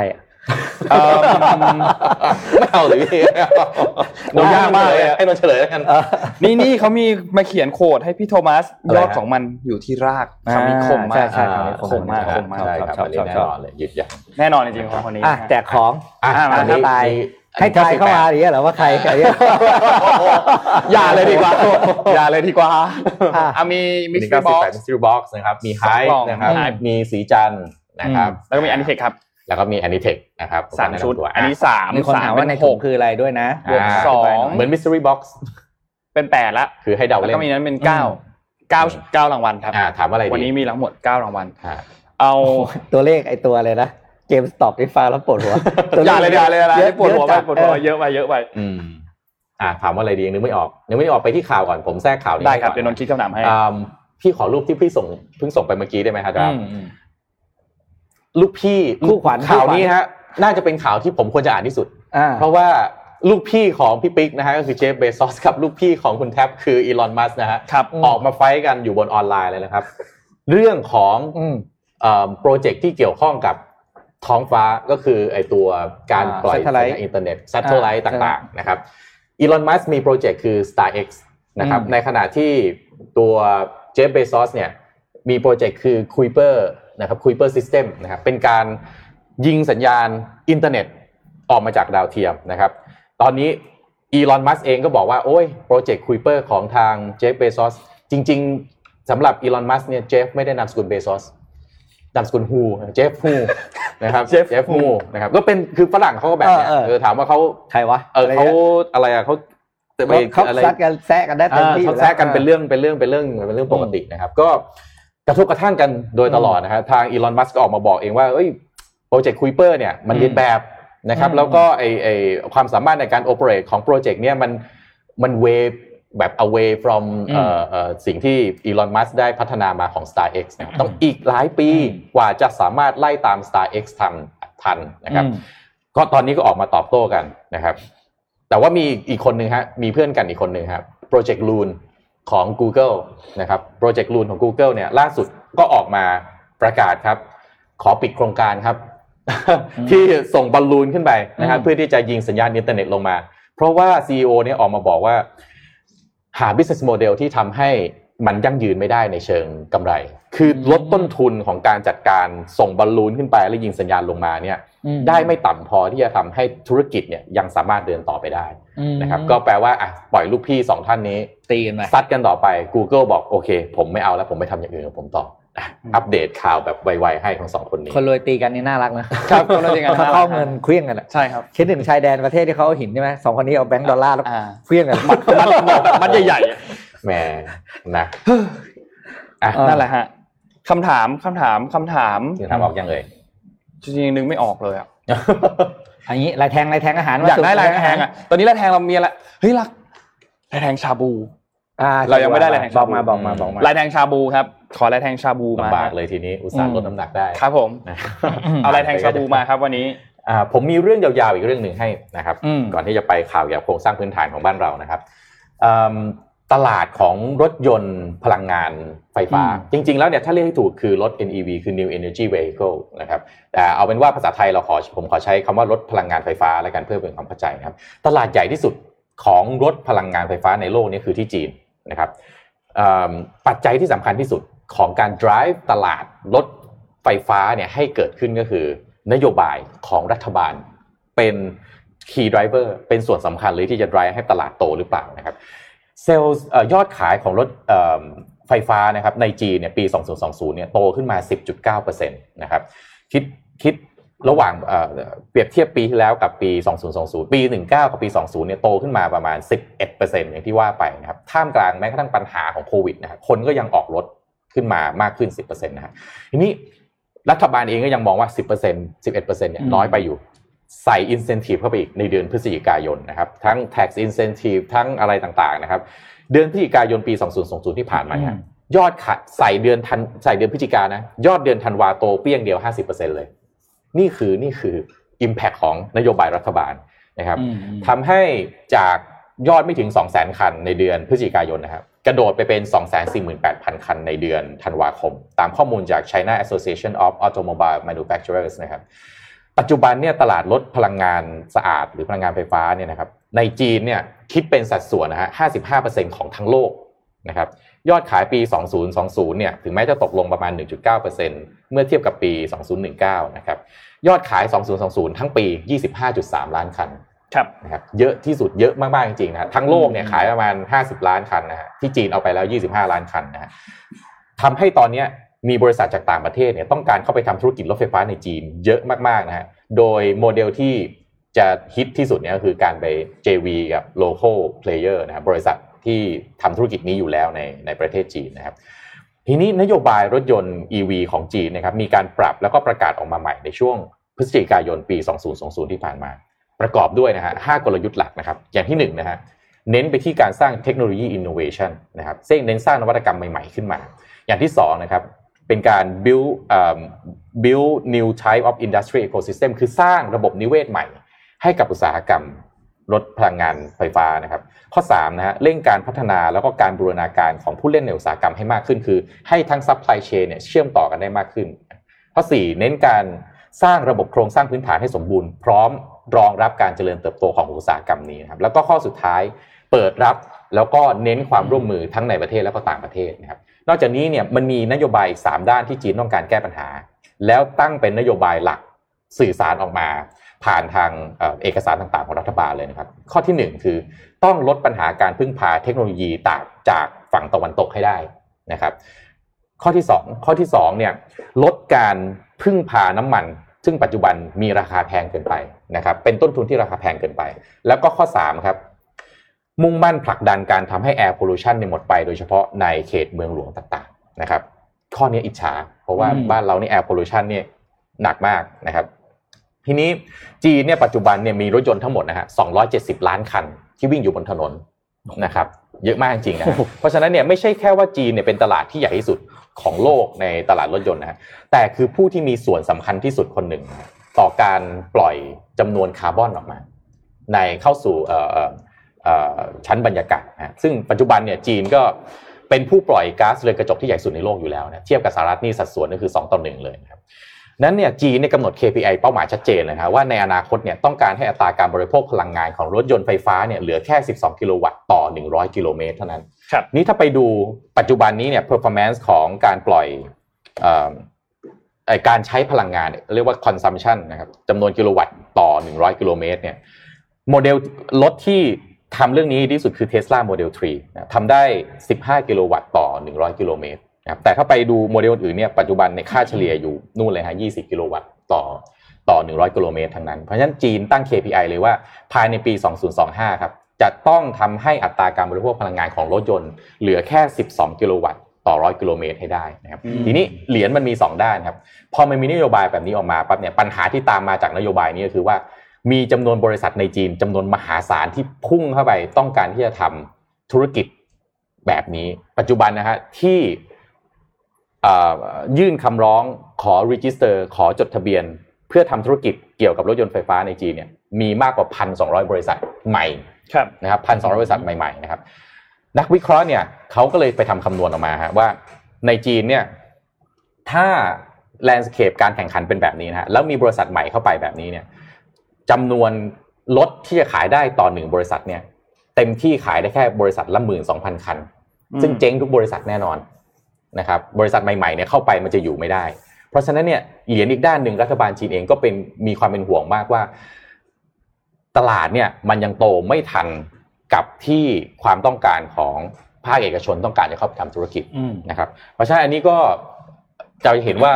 ไม่เอาหรือโดนยากมากเลยให้นนเฉลยแล้วกันนี่เขามีมาเขียนโค้ดให้พี่โทมัสยอดของมันอยู่ที่รากคำนี้คมมากคมมากใช่ครับแน่นอนเลยยืดยันแน่นอนจริงๆคนนี้แจกของมาตายให้ทายเข้ามาอย่างเงี้ยเหรอว่าใครอย่าเลยดีกว่ามีมิสซิรี่บ็อกซ์นะครับมีไฮนะครับมีสีจันนะครับแล้วก็มีอันนี้เทคครับแล้วก็มี Anitech นะครับ 3ชุดอันนี้3 มีคนถามว่าในถุงคืออะไรด้วยนะบวก2 เหมือน Mystery Box เป็น8ละคือให้เดาเล่นแล้วก็มีนั้นเป็น9รางวัลครับถามอะไรดีวันนี้มีทั้งหมด9รางวัลเอาตัวเลขไอ้ตัวอะไรนะเกมสต็อปที่ฟังแล้วปวดหัวอย่าเลยปวดหัวเยอะไปถามว่าอะไรดีนึกไม่ออกไปที่ข่าวก่อนผมแทรกข่าวนี้ได้ครับเดี๋ยวนนท์คิดคำถามให้พี่ขอรูปที่พี่เพิ่งส่งไปเมื่อกี้ได้ไหมครับลูกพี่คู่ขวัญข่าวนี้ฮะน่าจะเป็นข่าวที่ผมควรจะอ่านที่สุดเพราะว่าลูกพี่ของพี่ปิ๊กนะฮะก็คือเจฟเบซอสกับลูกพี่ของคุณแท็บคืออีลอนมัสก์นะฮะออกมาไฟท์กันอยู่บนออนไลน์เลยนะครับเรื่องของโปรเจกต์ที่เกี่ยวข้องกับท้องฟ้าก็คือไอตัวการปล่อยสัญญาณอินเทอร์เน็ตซัตเทอร์ไลท์ต่างๆนะครับอีลอนมัสก์มีโปรเจกต์คือ StarX นะครับในขณะที่ตัวเจฟเบซอสเนี่ยมีโปรเจกต์คือ Kuiperนะครับ Kuiper System นะครับเป็นการยิงสัญญาณอินเทอร์เน็ตออกมาจากดาวเทียมนะครับตอนนี้อีลอนมัสก์เองก็บอกว่าโอ้ยโปรเจกต์ Kuiper ของทางเจฟเบซอสจริงๆสำหรับอีลอนมัสก์เนี่ยเจฟไม่ได้นามสกุลเบซอสนามสกุลฮูเจฟฮูนะครับเจฟฮูนะครับก็เป็นคือฝรั่งเขาก็แบบเนี้ยถามว่าเขาใครวะเขาอะไรอ่ะเขาซัดกันแซะกันได้เต็มที่เขาแซะกันเป็นเรื่องปกตินะครับก็กระทบกระทั่งกันโดยตลอดนะฮะทางอีลอนมัสก์ก็ออกมาบอกเองว่าโปรเจกต์คุยเปอร์เนี่ยมันเรียนแบบนะครับแล้วก็ไอความสามารถในการโอเปเรตของโปรเจกต์เนี่ยมันเวแบบ away from สิ่งที่อีลอนมัสก์ได้พัฒนามาของ StarX นะต้องอีกหลายปีกว่าจะสามารถไล่ตาม StarX ทันนะครับก็ตอนนี้ก็ออกมาตอบโต้กันนะครับแต่ว่ามีอีกคนนึงฮะมีเพื่อนกันอีกคนนึงครับโปรเจกต์ Loon ของ Google นะครับโปรเจกต์ Loon ของ Google เนี่ยล่าสุดก็ออกมาประกาศครับขอปิดโครงการครับ ที่ส่งบอลลูนขึ้นไปนะครับเพื่อที่จะยิงสัญญาณอินเทอร์เน็ตลงมาเพราะว่า CEO เนี่ยออกมาบอกว่าหา business model ที่ทำให้มันยั่งยืนไม่ได้ในเชิงกำไรคือลดต้นทุนของการจัดการส่งบอลลูนขึ้นไปแล้วยิงสัญญาณลงมาเนี่ยได้ไม่ต่ำพอที่จะทำให้ธุรกิจเนี่ยยังสามารถเดินต่อไปได้นะครับก็แปลว่าปล่อยลูกพี่2ท่านนี้ตีกันไปซัดกันต่อไป Google บอกโอเคผมไม่เอาแล้วผมไม่ทำอย่างอื่นผมต่ออัปเดตข่าวแบบไวๆให้ทั้ง2คนนี้คนรวยตีกันนี่น่ารักนะครับคนรวยตีกันเข้าเงินเคลี้ยงกันใช่ครับคิดถึงชายแดนประเทศที่เขาเอาหินใช่ไหม2คนนี้เอาแบงค์ดอลลาร์แล้วเคลี้ยงกันมัดใหญ่ๆแหมนะนั่นแหละฮะคำถามออกยังเลยจริงๆนึงไม่ออกเลยอันนี้ลายแทงอาหารอยากได้ลายแทงตอนนี้ลายแทงเรามีอะไรเฮ้ยลายแทงชาบูเรายังไม่ได้ลายแทงบอกมาลายแทงชาบูครับขอลายแทงชาบูมาลำบากเลยทีนี้อุตส่าห์ลดน้ำหนักได้ครับผมเอาลายแทงชาบูมาครับวันนี้ผมมีเรื่องยาวๆอีกเรื่องนึงให้นะครับก่อนที่จะไปข่าวเกี่ยวกับโครงสร้างพื้นฐานของบ้านเรานะครับตลาดของรถยนต์พลังงานไฟฟ้าจริงๆแล้วเนี่ยถ้าเรียกให้ถูกคือรถ NEV คือ New Energy Vehicle นะครับแต่เอาเป็นว่าภาษาไทยผมขอใช้คำว่ารถพลังงานไฟฟ้าแล้วกันเพื่อเป็นความเข้าใจนะครับตลาดใหญ่ที่สุดของรถพลังงานไฟฟ้าในโลกนี้คือที่จีนนะครับปัจจัยที่สำคัญที่สุดของการ drive ตลาดรถไฟฟ้าเนี่ยให้เกิดขึ้นก็คือนโยบายของรัฐบาลเป็น key driver เป็นส่วนสำคัญเลยที่จะ drive ให้ตลาดโตหรือเปล่านะครับเซลล์ยอดขายของรถไฟฟ้านะครับในจีนเนี่ยปี2020เนี่ยโตขึ้นมา 10.9% นะครับคิดระหว่างเปรียบเทียบปีที่แล้วกับปี2020ปี19กับปี20เนี่ยโตขึ้นมาประมาณ 11% อย่างที่ว่าไปนะครับท่ามกลางแม้กระทั่งปัญหาของโควิดนะครับคนก็ยังออกรถขึ้นมามากขึ้น 10% นะฮะทีนี้รัฐบาลเองก็ยังมองว่า 10% 11% เนี่ยน้อยไปอยู่ใส่ incentive เข้าไปอีกในเดือนพฤศจิกายนนะครับทั้ง tax incentive ทั้งอะไรต่างๆนะครับเดือนพฤศจิกายนปี2020ที่ผ่านมาเนี่ยยอดขายใส่เดือนพฤศจิกายนนะยอดเดือนธันวาโตเปี้ยงเดียว 50% เลยนี่คือ impact ของนโยบายรัฐบาลนะครับทำให้จากยอดไม่ถึง 200,000 คันในเดือนพฤศจิกายนนะครับกระโดดไปเป็น 248,000 คันในเดือนธันวาคมตามข้อมูลจาก China Association of Automobile Manufacturers นะครับปัจจุบันเนี่ยตลาดรถพลังงานสะอาดหรือพลังงานไฟฟ้าเนี่ยนะครับในจีนเนี่ยคิดเป็นสัดส่วนนะฮะ 55% ของทั้งโลกนะครับยอดขายปี2020เนี่ยถึงแม้จะตกลงประมาณ 1.9% เมื่อเทียบกับปี2019นะครับยอดขาย2020ทั้งปี 25.3 ล้านคันนะครับเยอะที่สุดเยอะมากๆจริงๆนะทั้งโลกเนี่ยขายประมาณ50ล้านคันนะฮะที่จีนเอาไปแล้ว25ล้านคันนะฮะทำให้ตอนนี้มีบริษัทจากต่างประเทศเนี่ยต้องการเข้าไปทำธุรกิจรถไฟฟ้าในจีนเยอะมากๆนะฮะโดยโมเดลที่จะฮิตที่สุดเนี่ยก็คือการไป JV กับ local player นะครับบริษัทที่ทำธุรกิจนี้อยู่แล้วในประเทศจีนนะครับทีนี้นโยบายรถยนต์ EV ของจีนนะครับมีการปรับแล้วก็ประกาศออกมาใหม่ในช่วงพฤศจิกายนปี2020ที่ผ่านมาประกอบด้วยนะฮะ5กลยุทธ์หลักนะครับอย่างที่1นะฮะเน้นไปที่การสร้างเทคโนโลยี innovation นะครับซึ่งเน้นสร้างนวัตกรรมใหม่ๆขึ้นมาอย่างที่2นะครับเป็นการ build new type of industry ecosystem คือสร้างระบบนิเวศใหม่ให้กับอุตสาหกรรมรถพลังงานไฟฟ้านะครับข้อ3นะฮะเร่งการพัฒนาแล้วก็การบูรณาการของผู้เล่นในอุตสาหกรรมให้มากขึ้นคือให้ทั้ง supply chain เนี่ยเชื่อมต่อกันได้มากขึ้นข้อ4เน้นการสร้างระบบโครงสร้างพื้นฐานให้สมบูรณ์พร้อมรองรับการเจริญเติบโตของอุตสาหกรรมนี้นะครับแล้วก็ข้อสุดท้ายเปิดรับแล้วก็เน้นความร่วมมือทั้งในประเทศและก็ต่างประเทศนะครับนอกจากนี้เนี่ยมันมีนโยบาย3ด้านที่จีนต้องการแก้ปัญหาแล้วตั้งเป็นนโยบายหลักสื่อสารออกมาผ่านทางเอกสารต่างๆของรัฐบาลเลยนะครับข้อที่1คือต้องลดปัญหาการพึ่งพาเทคโนโลยีจากฝั่งตะวันตกให้ได้นะครับข้อที่2เนี่ยลดการพึ่งพาน้ำมันซึ่งปัจจุบันมีราคาแพงเกินไปนะครับเป็นต้นทุนที่ราคาแพงเกินไปแล้วก็ข้อ3ครับมุ่งมั่นผลักดันการทำให้ air pollution หมดไปโดยเฉพาะในเขตเมืองหลวงต่างๆนะครับข้อนี้อิจฉาเพราะว่าบ้านเรานี่ air pollution เนี่ยหนักมากนะครับทีนี้จีนเนี่ยปัจจุบันเนี่ยมีรถยนต์ทั้งหมดนะฮะ270ล้านคันที่วิ่งอยู่บนถนนนะครับเยอะมากจริงๆนะเพราะฉะนั้นเนี่ยไม่ใช่แค่ว่าจีนเนี่ยเป็นตลาดที่ใหญ่ที่สุดของโลกในตลาดรถยนต์นะฮะแต่คือผู้ที่มีส่วนสำคัญที่สุดคนหนึ่งต่อการปล่อยจำนวนคาร์บอนออกมาในเข้าสู่ชั้นบรรยากาศนะซึ่งปัจจุบันเนี่ยจีนก็เป็นผู้ปล่อยก๊าซเรือนกระจกที่ใหญ่สุดในโลกอยู่แล้วนะเทียบกับสหรัฐนี่สัดส่วนก็คือ2:1เลยนะครับนั้นเนี่ยจีนเนี่ยกำหนด KPI เป้าหมายชัดเจนเลยครับว่าในอนาคตเนี่ยต้องการให้อัตราการบริโภคพลังงานของรถยนต์ไฟฟ้าเนี่ยเหลือแค่12กิโลวัตต์ต่อ100กิโลเมตรเท่านั้นนี่ถ้าไปดูปัจจุบันนี้เนี่ย performance ของการปล่อยการใช้พลังงานเรียกว่า consumption นะครับจำนวนกิโลวัตต์ต่อ100กิโลเมตรเนี่ยโมเดลรถที่ทำเรื่องนี้ดีที่สุดคือ Tesla Model 3นะทำได้15กิโลวัตต์ต่อ100กิโลเมตรนะครับแต่ถ้าไปดูโมเดลอื่นเนี่ยปัจจุบันในค่าเฉลี่ยอยู่นู่นเลยฮะ20กิโลวัตต์ต่อ100กิโลเมตรทั้งนั้นเพราะฉะนั้นจีนตั้ง KPI เลยว่าภายในปี2025ครับจะต้องทำให้อัตราการบริโภคพลังงานของรถยนต์เหลือแค่12กิโลวัตต์ต่อ100กิโลเมตรให้ได้นะครับทีนี้เหรียญมันมี2ด้านครับพอมันมีนโยบายแบบนี้ออกมาปั๊บเนี่ยปัญหาที่ตามมาจากนโยบายนี้ก็คือว่ามีจำนวนบริษัทในจีนจำนวนมหาศาลที่พุ่งเข้าไปต้องการที่จะทำธุรกิจแบบนี้ปัจจุบันนะฮะที่ยื่นคำร้องขอ register ขอจดทะเบียนเพื่อทำธุรกิจเกี่ยวกับรถยนต์ไฟฟ้าในจีนเนี่ยมีมากกว่า 1,200 บริษัทใหม่นะครับ 1,200 บริษัทใหม่ๆนะครับนักวิเคราะห์เนี่ยเขาก็เลยไปทำคำนวณออกมาฮะว่าในจีนเนี่ยถ้า landscape การแข่งขันเป็นแบบนี้นะฮะแล้วมีบริษัทใหม่เข้าไปแบบนี้เนี่ยจำนวนรถที่จะขายได้ต่อ1บริษัทเนี่ยเต็มที่ขายได้แค่บริษัทละ 12,000 คันซึ่งเจ๊งทุกบริษัทแน่นอนนะครับบริษัทใหม่ๆเนี่ยเข้าไปมันจะอยู่ไม่ได้เพราะฉะนั้นเนี่ยเหรียญอีกด้านนึงรัฐบาลจีนเองก็มีความเป็นห่วงมากว่าตลาดเนี่ยมันยังโตไม่ทันกับที่ความต้องการของภาคเอกชนต้องการจะเข้าไปทำธุรกิจนะครับเพราะฉะนั้นอันนี้ก็จะเห็นว่า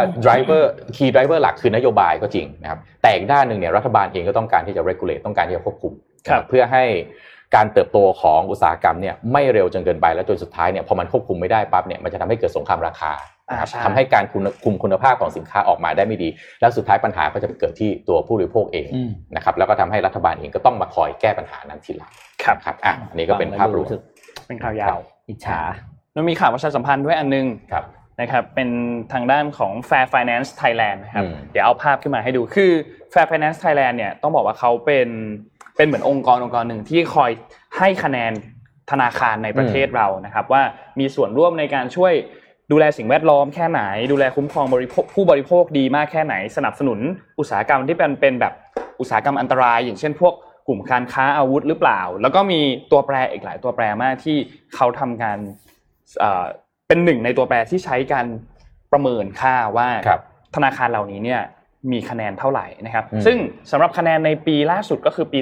key driver หลักคือนโยบายก็จริงนะครับแต่อีกด้านนึงเนี่ยรัฐบาลเองก็ต้องการที่จะ regulate ต้องการที่จะควบคุมเพื่อให้การเติบโตของอุตสาหกรรมเนี่ยไม่เร็วจนเกินไปแล้วจนสุดท้ายเนี่ยพอมันควบคุมไม่ได้ปั๊บเนี่ยมันจะทำให้เกิดสงครามราคาทำให้การคุมคุณภาพของสินค้าออกมาได้ไม่ดีแล้วสุดท้ายปัญหาก็จะเกิดที่ตัวผู้บริโภคเองนะครับแล้วก็ทำให้รัฐบาลเองก็ต้องมาคอยแก้ปัญหานั้นทีหลังครับอันนี้ก็เป็นภาพรวมเป็นข่าวยาวอิจฉามันมีข่าวประชาสัมพันธ์ด้วยอันนึงนะครับเป็นทางด้านของ Fair Finance Thailand นะครับเดี๋ยวเอาภาพขึ้นมาให้ดูคือ Fair Finance Thailand เนี่ยต้องบอกว่าเขาเป็นเหมือนองค์กรหนึ่งที่คอยให้คะแนนธนาคารในประเทศเรานะครับว่ามีส่วนร่วมในการช่วยดูแลสิ่งแวดล้อมแค่ไหนดูแลคุ้มครองผู้บริโภคดีมากแค่ไหนสนับสนุนอุตสาหกรรมที่เป็นแบบอุตสาหกรรมอันตรายอย่างเช่นพวกกลุ่มการค้าอาวุธหรือเปล่าแล้วก็มีตัวแปรอีกหลายตัวแปรมากที่เขาทำการเป็นหนึ่งในตัวแปรที่ใช้การประเมินค่าว่าธนาคารเหล่านี้เนี่ยมีคะแนนเท่าไหร่นะครับซึ่งสำหรับคะแนนในปีล่าสุดก็คือปี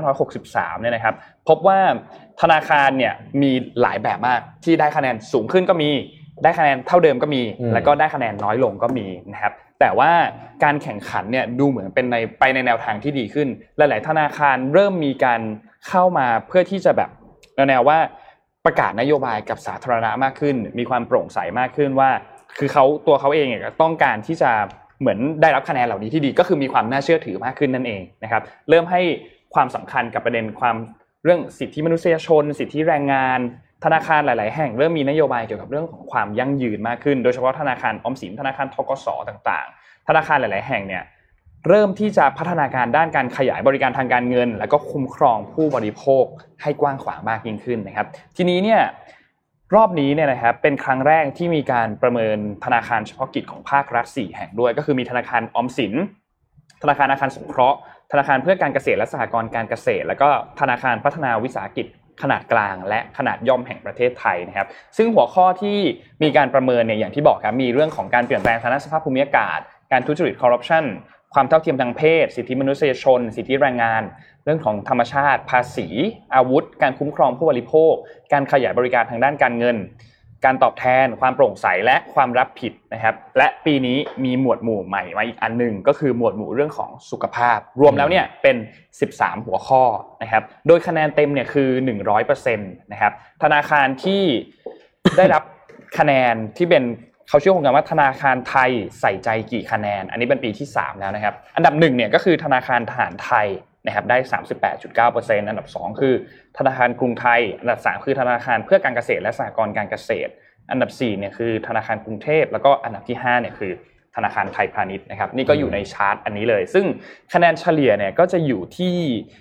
2563เนี่ยนะครับพบว่าธนาคารเนี่ยมีหลายแบบมากที่ได้คะแนนสูงขึ้นก็มีได้คะแนนเท่าเดิมก็มีแล้วก็ได้คะแนนน้อยลงก็มีนะครับแต่ว่าการแข่งขันเนี่ยดูเหมือนเป็นไปในแนวทางที่ดีขึ้นหลายๆธนาคารเริ่มมีการเข้ามาเพื่อที่จะแบบแนวว่าประกาศนโยบายกับสาธารณะมากขึ้นมีความโปร่งใสมากขึ้นว่าคือตัวเขาเองเนี่ยต้องการที่จะเหมือนได้รับคะแนนเหล่านี้ที่ดีก็คือมีความน่าเชื่อถือมากขึ้นนั่นเองนะครับเริ่มให้ความสำคัญกับประเด็นความเรื่องสิทธิมนุษยชนสิทธิแรงงานธนาคารหลายๆแห่งเริ่มมีนโยบายเกี่ยวกับเรื่องของความยั่งยืนมากขึ้นโดยเฉพาะธนาคารออมสินธนาคารธกสต่างๆธนาคารหลายๆแห่งเนี่ยเริ่มที่จะพัฒนาการด้านการขยายบริการทางการเงินแล้วก็คุ้มครองผู้บริโภคให้กว้างขวางมากยิ่งขึ้นนะครับทีนี้เนี่ยรอบนี้เนี่ยนะครับเป็นครั้งแรกที่มีการประเมินธนาคารเฉพาะกิจของภาครัฐ4แห่งด้วยก็คือมีธนาคารออมสินธนาคารอาคารสงเคราะห์ธนาคารเพื่อการเกษตรและสหกรณ์การเกษตรแล้วก็ธนาคารพัฒนาวิสาหกิจขนาดกลางและขนาดย่อมแห่งประเทศไทยนะครับซึ่งหัวข้อที่มีการประเมินเนี่ยอย่างที่บอกครับมีเรื่องของการเปลี่ยนแปลงทางด้านสภาพภูมิอากาศการทุจริตคอร์รัปชันความเท่าเทียมทางเพศสิทธิมนุษยชนสิทธิแรงงานเรื่องของธรรมชาติภาษีอาวุธการคุ้มครองผู้บริโภคการขยายบริการทางด้านการเงินการตอบแทนความโปร่งใสและความรับผิดนะครับและปีนี้มีหมวดหมู่ใหม่มาอีกอันนึงก็คือหมวดหมู่เรื่องของสุขภาพรวมแล้วเนี่ยเป็น13หัวข้อนะครับโดยคะแนนเต็มเนี่ยคือ 100% นะครับธนาคารที่ได้รับคะแนนที่เป็นเขาชื่อโครงการว่าธนาคารไทยใส่ใจกี่คะแนนอันนี้เป็นปีที่3แล้วนะครับอันดับ1เนี่ยก็คือธนาคารทหารไทยนะครับได้ 38.9% อันดับ2คือธนาคารกรุงไทยอันดับ3คือธนาคารเพื่อการเกษตรและสหกรณ์การเกษตรอันดับ4เนี่ยคือธนาคารกรุงเทพแล้วก็อันดับที่5เนี่ยคือธนาคารไทยพาณิชย์นะครับนี่ก็อยู่ในชาร์ตอันนี้เลยซึ่งคะแนนเฉลี่ยเนี่ยก็จะอยู่ที่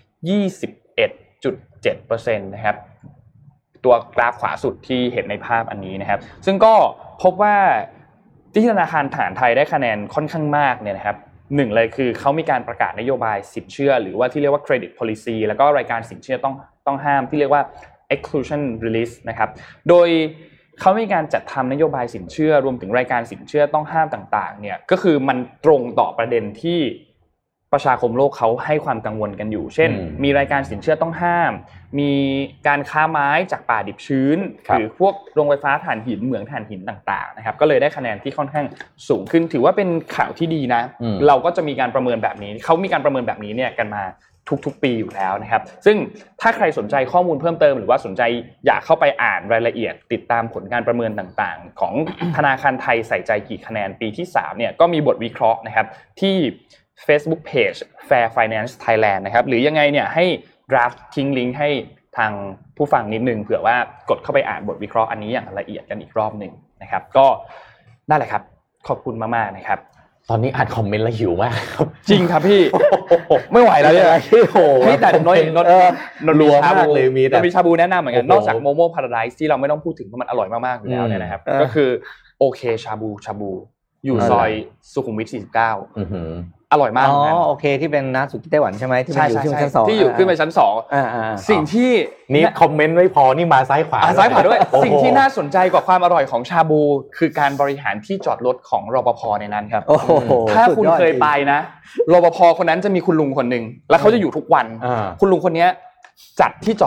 21.7% นะครับตัวกราฟขวาสุดที่เห็นในภาพอันนี้นะครับซึ่งก็พบว่าที่ธนาคารทหารไทยได้คะแนนค่อนข้างมากเนี่ยนะครับหนึ่งเลยคือเขามีการประกาศนโยบายสินเชื่อหรือว่าที่เรียกว่า credit policy แล้วก็รายการสินเชื่อต้องห้ามที่เรียกว่า exclusion release นะครับโดยเขามีการจัดทำนโยบายสินเชื่อรวมถึงรายการสินเชื่อต้องห้ามต่างๆเนี่ยก็คือมันตรงต่อประเด็นที่ประชาคมโลกเขาให้ความกังวลกันอยู่เช่นมีรายการสินเชื่อต้องห้ามมีการค้าไม้จากป่าดิบชื้นหรือพวกโรงไฟฟ้าถ่านหินเหมืองถ่านหินต่างๆนะครับก็เลยได้คะแนนที่ค่อนข้างสูงขึ้นถือว่าเป็นข่าวที่ดีนะเราก็จะมีการประเมินแบบนี้เขามีการประเมินแบบนี้เนี่ยกันมาทุกๆปีอยู่แล้วนะครับซึ่งถ้าใครสนใจข้อมูลเพิ่มเติมหรือว่าสนใจอยากเข้าไปอ่านรายละเอียดติดตามผลการประเมินต่างๆของธนาคารไทยใส่ใจกี่คะแนนปีที่3เนี่ยก็มีบทวิเคราะห์นะครับที่Facebook Page Fair Finance Thailand นะครับหรือยังไงเนี่ยให้ draft ทิ้งลิงก์ให้ทางผู้ฟังนิดนึงเผื่อว่ากดเข้าไปอ่านบทวิเคราะห์อันนี้อย่างละเอียดกันอีกรอบนึงนะครับก็นั่นแหละครับขอบคุณมากๆนะครับตอนนี้อ่านคอมเมนต์แล้วหิวมากครับจริงครับพี่ไม่ไหวแล้วเนี่ยโอ้โหแต่น้อยรัวมากเลยมีชาบูแนะนำเหมือนกันนอกจากโมโม่พาราไดซ์ที่เราไม่ต้องพูดถึงเพราะมันอร่อยมากๆอยู่แล้วเนี่ยนะครับก็คือโอเคชาบูอยู่ซอยสุขุมวิท49อร่อยมากโอเคที่เป็นน้าสุกี้ไต้หวันใช่ไหมที่มันอยู่ที่ชั้น2 ที่อยู่ขึ้นไปชั้น2สิ่งที่นี่คอมเมนต์ไม่พอนี่มาซ้ายขวาด้วยสิ่งที่น่าสนใจกว่าความอร่อยของชาบูคือการบริหารที่จอดรถของรปภในนั้นครับถ้าคุณเคยไปนะรปภคนนั้นจะมีคุณลุงคนนึงแล้วเขาจะอยู่ทุกวันคุณลุงคนนี้จัดที่จอดรถ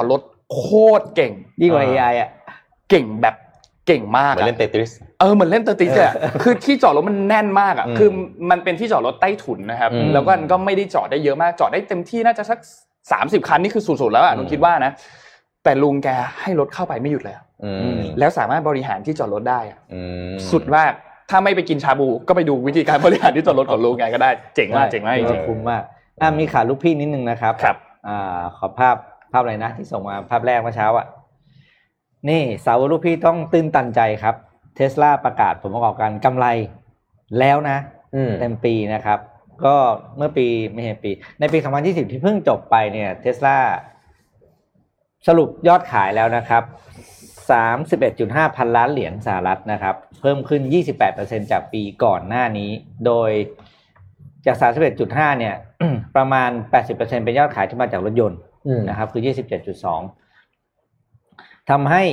โคตรเก่งยิ่งกว่า AI อ่ะเก่งแบบเก่งมากเหมือนเล่นเตตริสเหมือนเล่นเตตริสอ่ะคือที่จอดรถมันแน่นมากอ่ะคือมันเป็นที่จอดรถใต้ถุนนะครับแล้วก็ไม่ได้จอดได้เยอะมากจอดได้เต็มที่น่าจะสัก30คันนี่คือสุดๆแล้วอ่ะลุงคิดว่านะแต่ลุงแกให้รถเข้าไปไม่หยุดเลยแล้วสามารถบริหารที่จอดรถได้สุดมากถ้าไม่ไปกินชาบูก็ไปดูวิธีการบริหารที่จอดรถของลุงไงก็ได้เจ๋งมากจริงคุ้มมากมีขาลูกพี่นิดนึงนะครับขอภาพอะไรนะที่ส่งมาภาพแรกเมื่อเช้าอ่ะนี่สาวลูกพี่ต้องตื่นตันใจครับ Tesla ประกาศผลประกอบการกำไรแล้วนะเต็มปีนะครับก็เมื่อปีไม่ใช่ปีในปี2020ที่เพิ่งจบไปเนี่ย Tesla สรุปยอดขายแล้วนะครับ 31.5 พันล้านเหรียญสหรัฐนะครับเพิ่มขึ้น 28% จากปีก่อนหน้านี้โดยจาก 31.5 เนี่ย ประมาณ 80% เป็นยอดขายที่มาจากรถยนต์นะครับคือ 27.2 ทำให้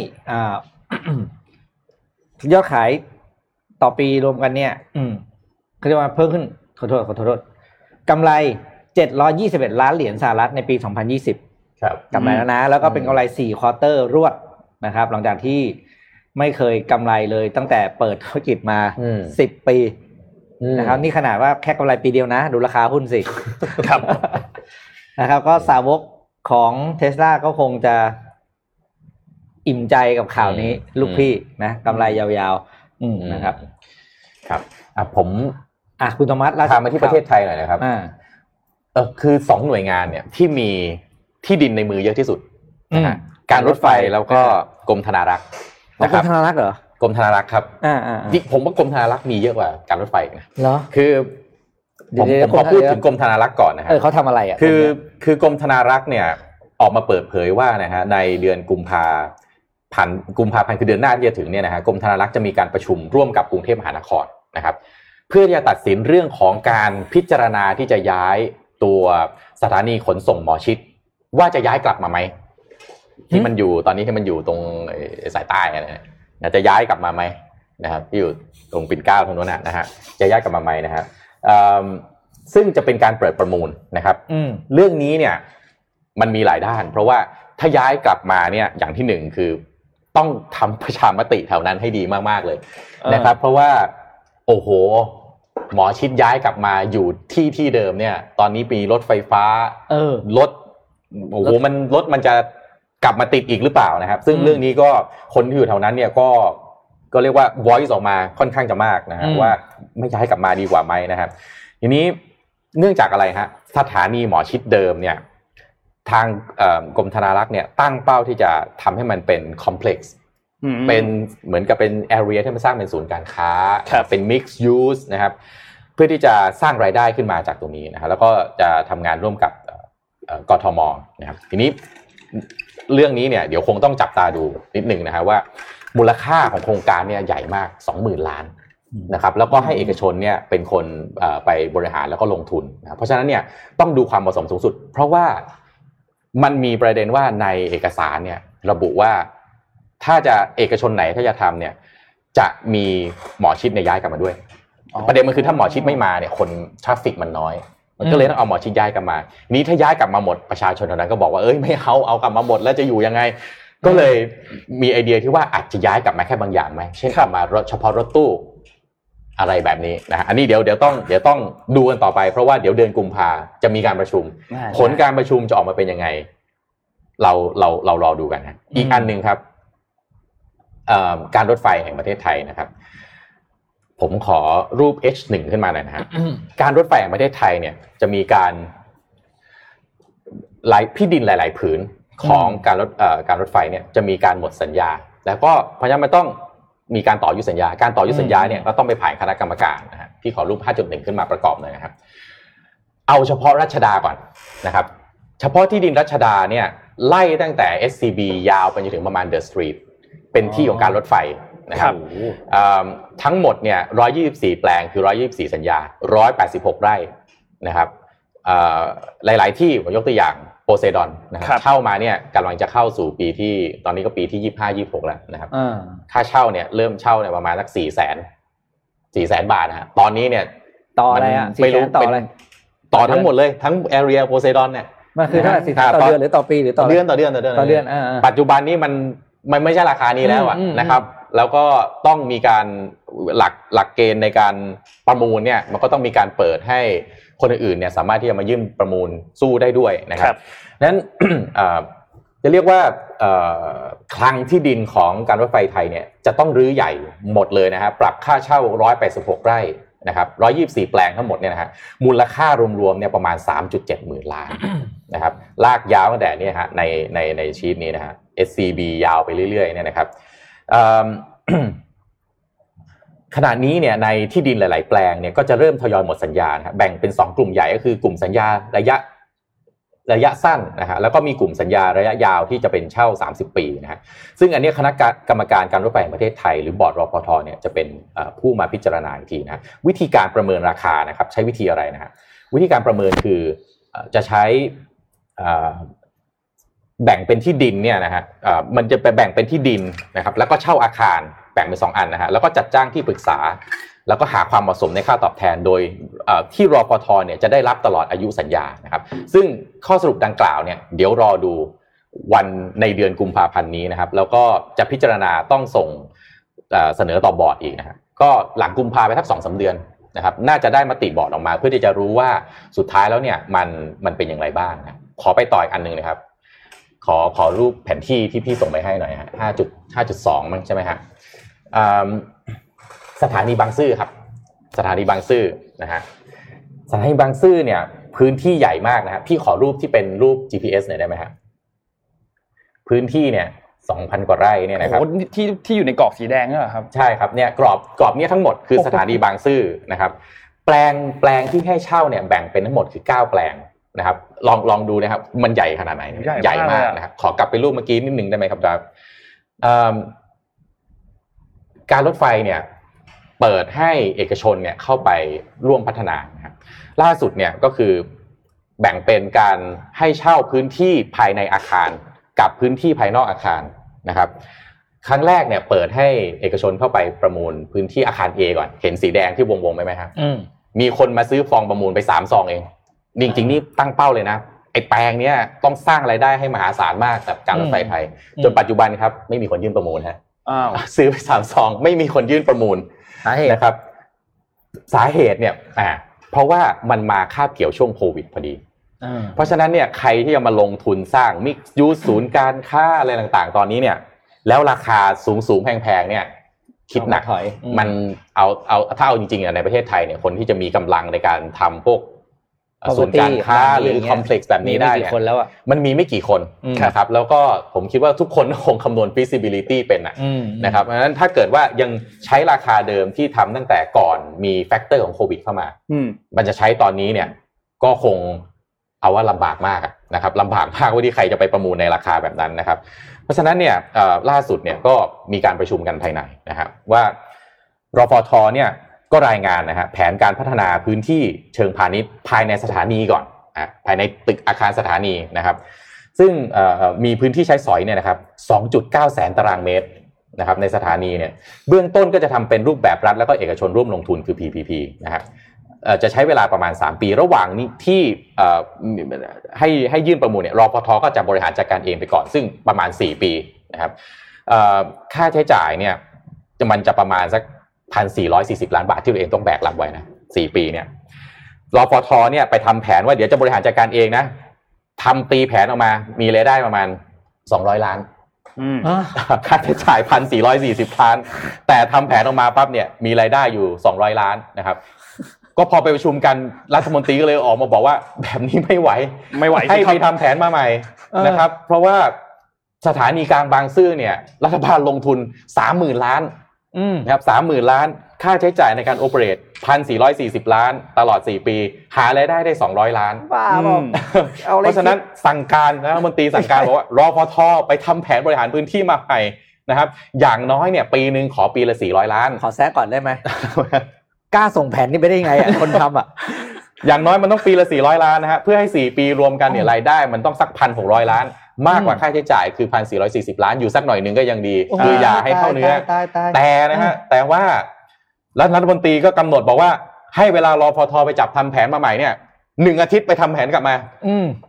ยอดขายต่อปีรวมกันเนี่ยเขาเรียกว่าเพิ่มขึ้นขอโทษกำไร721ล้านเหรียญสหรัฐในปี2020 ครับกำไรแล้วนะแล้วก็เป็นกำไร4ควอเตอร์รวดนะครับหลังจากที่ไม่เคยกำไรเลยตั้งแต่เปิดธุรกิจมา10 ปีนะครับนี่ขนาดว่าแค่กำไรปีเดียวนะดูราคาหุ้นสิครับนะครับก็สาวกของ Tesla ก็คงจะอิ่มใจกับข่าวนี้ลูกพี่นะกำไรยาวๆนะครับครับผมคุณธรรมะพามาที่ประเทศไทยหน่อยนะครับคือ2หน่วยงานเนี่ยที่มีที่ดินในมือเยอะที่สุดนะฮะการรถไฟแล้วก็กรมธนารักษ์นะครับกรมธนารักษ์เหรอกรมธนารักษ์ครับผมว่ากรมธนารักษ์มีเยอะกว่าการรถไฟนะเหรอคือผมขอพูดถึงกรมธนารักษ์ก่อนนะครับเขาทำอะไรอ่ะคือกรมธนารักษ์เนี่ยออกมาเปิดเผยว่านะฮะในเดือนกุมภาพันธ์คือเดือนหน้าที่จะถึงเนี่ยนะฮะกรมธนารักษ์จะมีการประชุมร่วมกับกรุงเทพมหานครนะครับเพื่อจะตัดสินเรื่องของการพิจารณาที่จะย้ายตัวสถานีขนส่งหมอชิตว่าจะย้ายกลับมาไหมที่มันอยู่ตอนนี้ที่มันอยู่ตรงสายใต้นะจะย้ายกลับมาไหมนะครับที่อยู่ตรงปิ่นเกล้าตรงนั้นนะฮะจะย้ายกลับมาไหมนะครับซึ่งจะเป็นการเปิดประมูลนะครับเรื่องนี้เนี่ยมันมีหลายด้านเพราะว่าถ้าย้ายกลับมาเนี่ยอย่างที่หนึ่งคือต้องทำประชามติแถวนั้นให้ดีมากๆเลยนะครับเพราะว่าโอ้โหหมอชิดย้ายกลับมาอยู่ที่เดิมเนี่ยตอนนี้มีรถไฟฟ้ารถโอ้โหรถมันจะกลับมาติดอีกหรือเปล่านะครับซึ่งเรื่องนี้ก็คนที่อยู่แถวนั้นเนี่ยก็เรียกว่า voice ออกมาค่อนข้างจะมากนะฮะว่าไม่ย้ายกลับมาดีกว่าไหมนะครับทีนี้เนื่องจากอะไรฮะสถานีหมอชิดเดิมเนี่ยทางกรมธนารักษ์เนี่ยตั้งเป้าที่จะทำให้มันเป็น complex เป็นเหมือนกับเป็น area ที่มันสร้างเป็นศูนย์การค้าเป็น mixed use นะครับเพื่อที่จะสร้างรายได้ขึ้นมาจากตรงนี้นะฮะแล้วก็จะทำงานร่วมกับกทมนะครับทีนี้เรื่องนี้เนี่ยเดี๋ยวคงต้องจับตาดูนิดนึงนะฮะว่ามูลค่าของโครงการเนี่ยใหญ่มาก 20,000 ล้านนะครับแล้วก็ให้เอกชนเนี่ยเป็นคนไปบริหารแล้วก็ลงทุนนะเพราะฉะนั้นเนี่ยต้องดูความเหมาะสมสูงสุดเพราะว่ามันมีประเด็นว่าในเอกสารเนี่ยระบุว่าถ้าจะเอกชนไหนถ้าจะทำเนี่ยจะมีหมอชิดเนี่ยย้ายกลับมาด้วยประเด็นมันคือถ้าหมอชิดไม่มาเนี่ยคนทราฟฟิกมันน้อยมันก็เลยต้องเอาหมอชิดย้ายกลับมานี้ถ้าย้ายกลับมาหมดประชาชนแถวนั้นก็บอกว่าไม่เอากลับมาหมดแล้วจะอยู่ยังไงก็เลยมีไอเดียที่ว่าอาจจะย้ายกลับมาแค่บางอย่างไหมเช่นกลับมารถเฉพาะรถตู้อะไรแบบนี้นะอันนี้เดี๋ยวต้องดูกันต่อไปเพราะว่าเดี๋ยวเดือนกุมภาจะมีการประชุมผลการประชุมจะออกมาเป็นยังไงเรารอดูกันฮะอีกอันนึงครับการรถไฟแห่งประเทศไทยนะครับผมขอรูป H1 ขึ้นมาหน่อยนะฮะการรถไฟแห่งประเทศไทยเนี่ยจะมีการที่ดินหลายๆผืนของการรถไฟเนี่ยจะมีการหมดสัญญาแล้วก็เพราะฉะนั้นมันต้องมีการต่ออายุสัญญาการต่ออายุสัญญาเนี่ยก็ต้องไปผ่านคณะกรรมการนะฮะที่ขอรูป 5.1 ขึ้นมาประกอบหน่อยนะครับเอาเฉพาะรัชดาก่อนนะครับเฉพาะที่ดินรัชดาเนี่ยไล่ตั้งแต่ SCB ยาวไปจนถึงประมาณ The Street เป็นที่ของการรถไฟนะครับทั้งหมดเนี่ย124แปลงคือ124สัญญา186ไร่นะครับหลายๆที่ผมยกตัวอย่างโพไซดอนนะครับเช่ามาเนี่ยกำลังจะเข้าสู่ปีที่ตอนนี้ก็ปีที่25-26แล้วนะครับค่าเช่าเนี่ยเริ่มเช่าเนี่ยประมาณสัก 400,000 บาทนะฮะตอนนี้เนี่ยต่ออะไรอ่ะไม่รู้ต่ออะไรต่อทั้งหมดเลยทั้ง area โพไซดอนเนี่ยมันคือเท่าไหร่สิต่อเดือนหรือต่อปีหรือต่อเดือนปัจจุบันนี้มันไม่ใช่ราคานี้แล้วนะครับแล้วก็ต้องมีการหลักเกณฑ์ในการประมูลเนี่ยมันก็ต้องมีการเปิดให้คนอื่นๆเนี่ยสามารถที่จะมายื่นประมูลสู้ได้ด้วยนะครับนั้น จะเรียกว่าคลังที่ดินของการรถไฟไทยเนี่ยจะต้องรื้อใหญ่หมดเลยนะครับปรับค่าเช่า186ไร่นะครับ124แปลงทั้งหมดเนี่ยนะฮะมูลค่ารวมๆเนี่ยประมาณ 3.7 หมื่นล้านนะครับลากยาวตั้งแต่เนี่ยฮะในชีทนี้นะฮะ SCB ยาวไปเรื่อยๆเนี่ยนะครับขณะนี้เนี่ยในที่ดินหลายๆแปลงเนี่ยก็จะเริ่มทยอยหมดสัญญาแบ่งเป็น2กลุ่มใหญ่ก็คือกลุ่มสัญญาระยะสั้นนะฮะแล้วก็มีกลุ่มสัญญาระยะยาวที่จะเป็นเช่า30ปีนะฮะซึ่งอันนี้คณะกรรมการการรถไฟแห่งประเทศไทยหรือบอร์ดรพทเนี่ยจะเป็นผู้มาพิจารณาอีกทีนะวิธีการประเมินราคานะครับใช้วิธีอะไรนะฮะวิธีการประเมินคือจะใช้แบ่งเป็นที่ดินเนี่ยนะฮะมันจะไปแบ่งเป็นที่ดินนะครับแล้วก็เช่าอาคารแบ่งเป็น2อันนะฮะแล้วก็จัดจ้างที่ปรึกษาแล้วก็หาความเหมาะสมในค่าตอบแทนโดยที่รพทเนี่ยจะได้รับตลอดอายุสัญญานะครับซึ่งข้อสรุปดังกล่าวเนี่ยเดี๋ยวรอดูวันในเดือนกุมภาพันธ์นี้นะครับแล้วก็จะพิจารณาต้องส่งเสนอต่อบอร์ดอีกนะฮะก็หลังกุมภาไปสัก 2-3 เดือนนะครับน่าจะได้มติบอร์ดออกมาเพื่อที่จะรู้ว่าสุดท้ายแล้วเนี่ยมันเป็นอย่างไรบ้างนะขอไปต่ออีกอันนึงนะครับขอรูปแผนที่ที่พี่ส่งไปให้หน่อยฮะ 5.2 มั้งใช่ไหมฮะสถานีบางซื่อครับสถานีบางซื่อนะฮะสถานีบางซื่อเนี่ยพื้นที่ใหญ่มากนะฮะพี่ขอรูปที่เป็นรูป GPS หน่อยได้ไหมฮะพื้นที่เนี่ย 2,000 กว่าไร่เนี่ยนะครับที่อยู่ในกรอบสีแดงนี่เหรอครับใช่ครับเนี่ยกรอบเนี่ยทั้งหมดคือสถานีบางซื่อนะครับแปลงที่ให้เช่าเนี่ยแบ่งเป็นทั้งหมดคือ9แปลงนะครับลองดูนะครับมันใหญ่ขนาดไหนใหญ่มากนะครับขอกลับไปรูปเมื่อกี้นิดนึงได้ไหมครับครับการรถไฟเนี่ยเปิดให้เอกชนเนี่ยเข้าไปร่วมพัฒนานะครับล่าสุดเนี่ยก็คือแบ่งเป็นการให้เช่าพื้นที่ภายในอาคารกับพื้นที่ภายนอกอาคารนะครับครั้งแรกเนี่ยเปิดให้เอกชนเข้าไปประมูลพื้นที่อาคาร A ก่อนเห็นสีแดงที่วงๆไหมครับมีคนมาซื้อฟองประมูลไป3ซองเองจริงๆนี่ตั้งเป้าเลยนะไอ้แปลงเนี้ยต้องสร้างรายได้ให้มหาศาลมากกับการรถไฟไทยจนปัจจุบันครับไม่มีคนยื่นประมูลฮะซื้อไป3ซองไม่มีคนยื่นประมูลนะครับสาเหตุเนี่ยเพราะว่ามันมาคาบเกี่ยวช่วงโควิดพอดีเพราะฉะนั้นเนี่ยใครที่จะมาลงทุนสร้างมิกซ์ยูสศูนย์การค้าอะไรต่างๆตอนนี้เนี่ยแล้วราคาสูงแพงๆเนี่ยคิดหนักมันถ้าเอาจริงๆในประเทศไทยเนี่ยคนที่จะมีกำลังในการทำพวกศูนย์การค้าหรือคอมเพล็กซ์แบบนี้ได้เนี่ยมันมีไม่กี่คนนะครับแล้วก็ผมคิดว่าทุกคนคงคำนวณ feasibility เป็นนะครับเพราะฉะนั้นถ้าเกิดว่ายังใช้ราคาเดิมที่ทำตั้งแต่ก่อนมีแฟกเตอร์ของโควิดเข้ามามันจะใช้ตอนนี้เนี่ยก็คงเอาว่าลำบากมากนะครับลำบากมากว่าที่ใครจะไปประมูลในราคาแบบนั้นนะครับเพราะฉะนั้นเนี่ยล่าสุดเนี่ยก็มีการประชุมกันภายในนะครับว่ารพทเนี่ยก็รายงานนะฮะแผนการพัฒนาพื้นที่เชิงพาณิชย์ภายในสถานีก่อนภายในตึกอาคารสถานีนะครับซึ่งมีพื้นที่ใช้สอยเนี่ยนะครับ 2.9 แสนตารางเมตรนะครับในสถานีเนี่ยเบื้องต้นก็จะทำเป็นรูปแบบรัฐแล้วก็เอกชนร่วมลงทุนคือ PPP นะครับจะใช้เวลาประมาณ3ปีระหว่างนี้ที่ให้ยื่นประมูลเนี่ยรพทก็จะบริหารจัดการเองไปก่อนซึ่งประมาณ4ปีนะครับค่าใช้จ่ายเนี่ยมันจะประมาณสัก1,440 ล้านบาทที่ตัวเองต้องแบกรับไว้นะ4ปีเนี่ยรพทเนี่ยไปทำแผนว่าเดี๋ยวจะบริหารจัดการเองนะทำตีแผนออกมามีรายได้ประมาณ200ล้านค่าใช้จ่าย 1,440 ล้านแต่ทำแผนออกมาปั๊บเนี่ยมีรายได้อยู่200ล้านนะครับก็พอไปประชุมกันรัฐมนตรีก็เลยออกมาบอกว่าแบบนี้ไม่ไหวให้ไปทำแผนมาใหม่นะครับเพราะว่าสถานีกลางบางซื่อเนี่ยรัฐบาลลงทุน 30,000 ล้านนะครับ 30,000 ล้านค่าใช้จ่ายในการโอเปเรต 1,440 ล้านตลอด4ปีหารายได้ได้200ล้านเพราะฉะนั้นสั่งการนะรัฐมนตรีสั่งการบอกว่ารพทไปทำแผนบริหารพื้นที่มาใหม่นะครับอย่างน้อยเนี่ยปีนึงขอปีละ400ล้านขอแซะก่อนได้ไหมกล้าส่งแผนนี่ไปได้ยังไงคนทำอย่างน้อยมันต้องปีละ400ล้านนะฮะเพื่อให้4ปีรวมกันเนี่ยรายได้มันต้องสัก 1,600 ล้านมากกว่าค่าใช้จ่ายคือ 1,440 ล้านอยู่สักหน่อยนึงก็ยังดีคืออย่าให้เข้าเนื้อแต่นะฮะแต่ว่ารัฐมนตรีก็กำหนดบอกว่าให้เวลารพทไปจับทำแผนมาใหม่เนี่ย1อาทิตย์ไปทำแผนกลับมา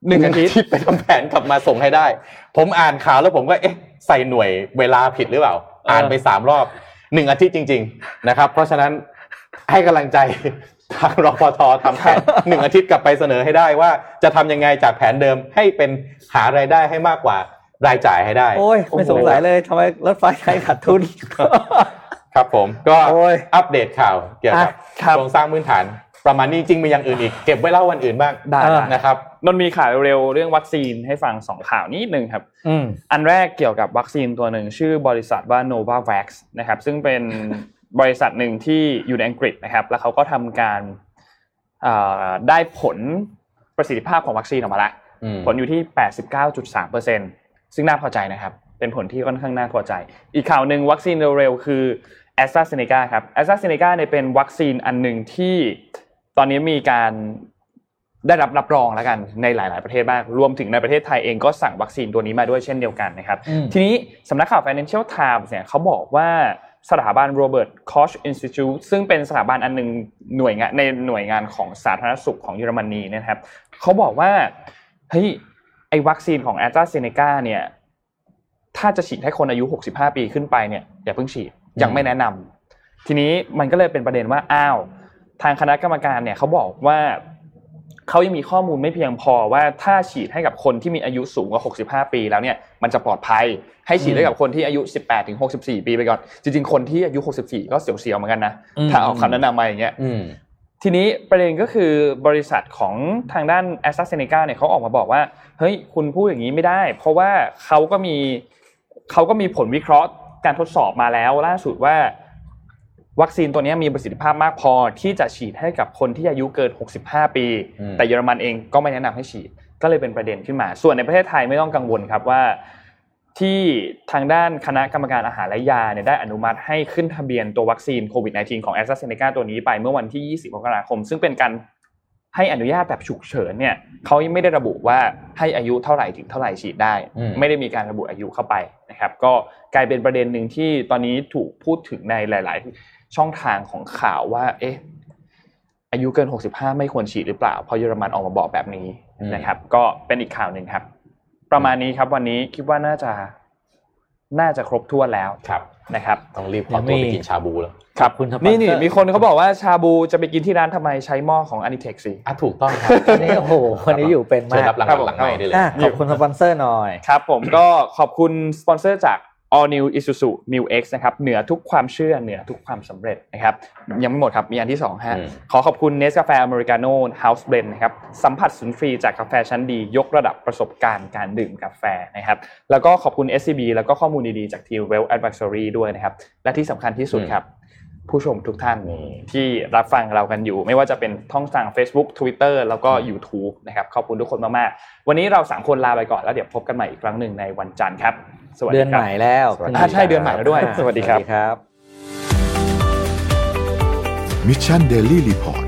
1 อาทิตย์ไปทำแผนกลับมาส่งให้ได้ผมอ่านข่าวแล้วผมก็ใส่หน่วยเวลาผิดหรือเปล่าอ่านไป3รอบ1อาทิตย์จริงๆนะครับเพราะฉะนั้นให้กำลังใจทางรพท.ทำแผน1อาทิตย์กลับไปเสนอให้ได้ว่าจะทำยังไงจากแผนเดิมให้เป็นหารายได้ให้มากกว่ารายจ่ายให้ได้โอ้ยไม่สงสัยเลยทำไมรถไฟไทยขาดทุนครับผมก็อัปเดตข่าวเกี่ยวกับโครงสร้างพื้นฐานประมาณนี้จริงมีอย่างอื่นอีกเก็บไว้เล่าวันอื่นบ้างได้นะครับนนมีข่าวเร็วเรื่องวัคซีนให้ฟัง2ข่าวนิดนึงครับอันแรกเกี่ยวกับวัคซีนตัวหนึ่งชื่อบริษัทว่า Novavax นะครับซึ่งเป็นบริษัทหนึ่งที่อยู่ในอังกฤษนะครับแล้วเขาก็ทำการได้ผลประสิทธิภาพของวัคซีนออกมาแล้วผลอยู่ที่ 89.3% ซึ่งน่าพอใจนะครับเป็นผลที่ค่อนข้างน่าพอใจอีกข่าวนึงวัคซีนเร็วๆคือ AstraZeneca ครับ AstraZeneca เนี่ยเป็นวัคซีนอันนึงที่ตอนนี้มีการได้รับรองแล้วกันในหลายๆประเทศบ้างรวมถึงในประเทศไทยเองก็สั่งวัคซีนตัวนี้มาด้วยเช่นเดียวกันนะครับทีนี้สำนักข่าว Financial Times เนี่ยเขาบอกว่าสถาบัน Robert Koch Institute ซึ่งเป็นสถาบันอันนึงหน่วยงานของสาธารณสุขของเยอรมนีนะครับเขาบอกว่าเฮ้ยไอ้วัคซีนของ AstraZeneca เนี่ยถ้าจะฉีดให้คนอายุ65ปีขึ้นไปเนี่ยอย่าเพิ่งฉีดยังไม่แนะนำทีนี้มันก็เลยเป็นประเด็นว่าอ้าวทางคณะกรรมการเนี่ยเขาบอกว่าเขายังมีข้อมูลไม่เพียงพอว่าถ้าฉีดให้กับคนที่มีอายุสูงกว่า65ปีแล้วเนี่ยมันจะปลอดภัยให้ฉีดให้กับคนที่อายุ18ถึง64ปีไปก่อนจริงๆคนที่อายุ64ก็เสียวๆเหมือนกันนะถ้าเอาคำแนะนำมาอย่างเงี้ยทีนี้ประเด็นก็คือบริษัทของทางด้าน AstraZeneca เนี่ยเขาออกมาบอกว่าเฮ้ยคุณพูดอย่างนี้ไม่ได้เพราะว่าเขาก็มีผลวิเคราะห์การทดสอบมาแล้วล่าสุดว่าวัคซีนตัวนี้มีประสิทธิภาพมากพอที่จะฉีดให้กับคนที่อายุเกิน65ปีแต่เยอรมันเองก็ไม่แนะนำให้ฉีดก็เลยเป็นประเด็นขึ้นมาส่วนในประเทศไทยไม่ต้องกังวลครับว่าที่ทางด้านคณะกรรมการอาหารและยาเนี่ยได้อนุมัติให้ขึ้นทะเบียนตัววัคซีนโควิด -19 ของ AstraZeneca ตัวนี้ไปเมื่อวันที่20มกราคมซึ่งเป็นการให้อนุญาตแบบฉุกเฉินเนี่ยเขาไม่ได้ระบุว่าให้อายุเท่าไหร่ถึงเท่าไหร่ฉีดได้ไม่ได้มีการระบุอายุเข้าไปนะครับก็กลายเป็นประเด็นนึงที่ตอนนี้ถูกพูดถึงในหลายๆช่องทางของข่าวว่าอายุเกิน65ไม่ควรฉีดหรือเปล่าเพราะเยอรมันออกมาบอกแบบนี้นะครับก็เป็นอีกข่าวนึงครับประมาณนี้ครับวันนี้คิดว่าน่าจะครบถ้วนแล้วนะครับต้องรีบขอตัวไปกินชาบูแล้วครับนี่มีคนเขาบอกว่าชาบูจะไปกินที่ร้านทำไมใช้หม้อของ Anitex สิถูกต้องครับนี่โอ้โหวันนี้อยู่เป็นมากรับหลังใหม่ได้เลยขอบคุณสปอนเซอร์หน่อยครับผมก็ขอบคุณสปอนเซอร์จาก All New Isuzu Mu X นะครับเหนือทุกความเชื่อเหนือทุกความสำเร็จนะครับยังไม่หมดครับมีอันที่2ฮะขอขอบคุณ Nescafe Americano House Blend นะครับสัมผัสสุนทรีย์จากกาแฟชั้นดียกระดับประสบการณ์การดื่มกาแฟนะครับแล้วก็ขอบคุณ SCB แล้วก็ข้อมูลดีๆจาก Team Wealth Advisory ด้วยนะครับและที่สำคัญที่สุดครับผู้ชมทุกท่านที่รับฟังเรากันอยู่ไม่ว่าจะเป็นช่องทาง Facebook Twitter แล้วก็ YouTube นะครับขอบคุณทุกคนมากๆวันนี้เรา3คนลาไปก่อนแล้วเดี๋ยวพบกันใหม่อีกครั้งนึงในวันจันทร์ครับสวัสดีครับเดือนใหม่แล้วใช่เดือนใหม่แล้วด้วยสวัสดีครับ Mission Daily Report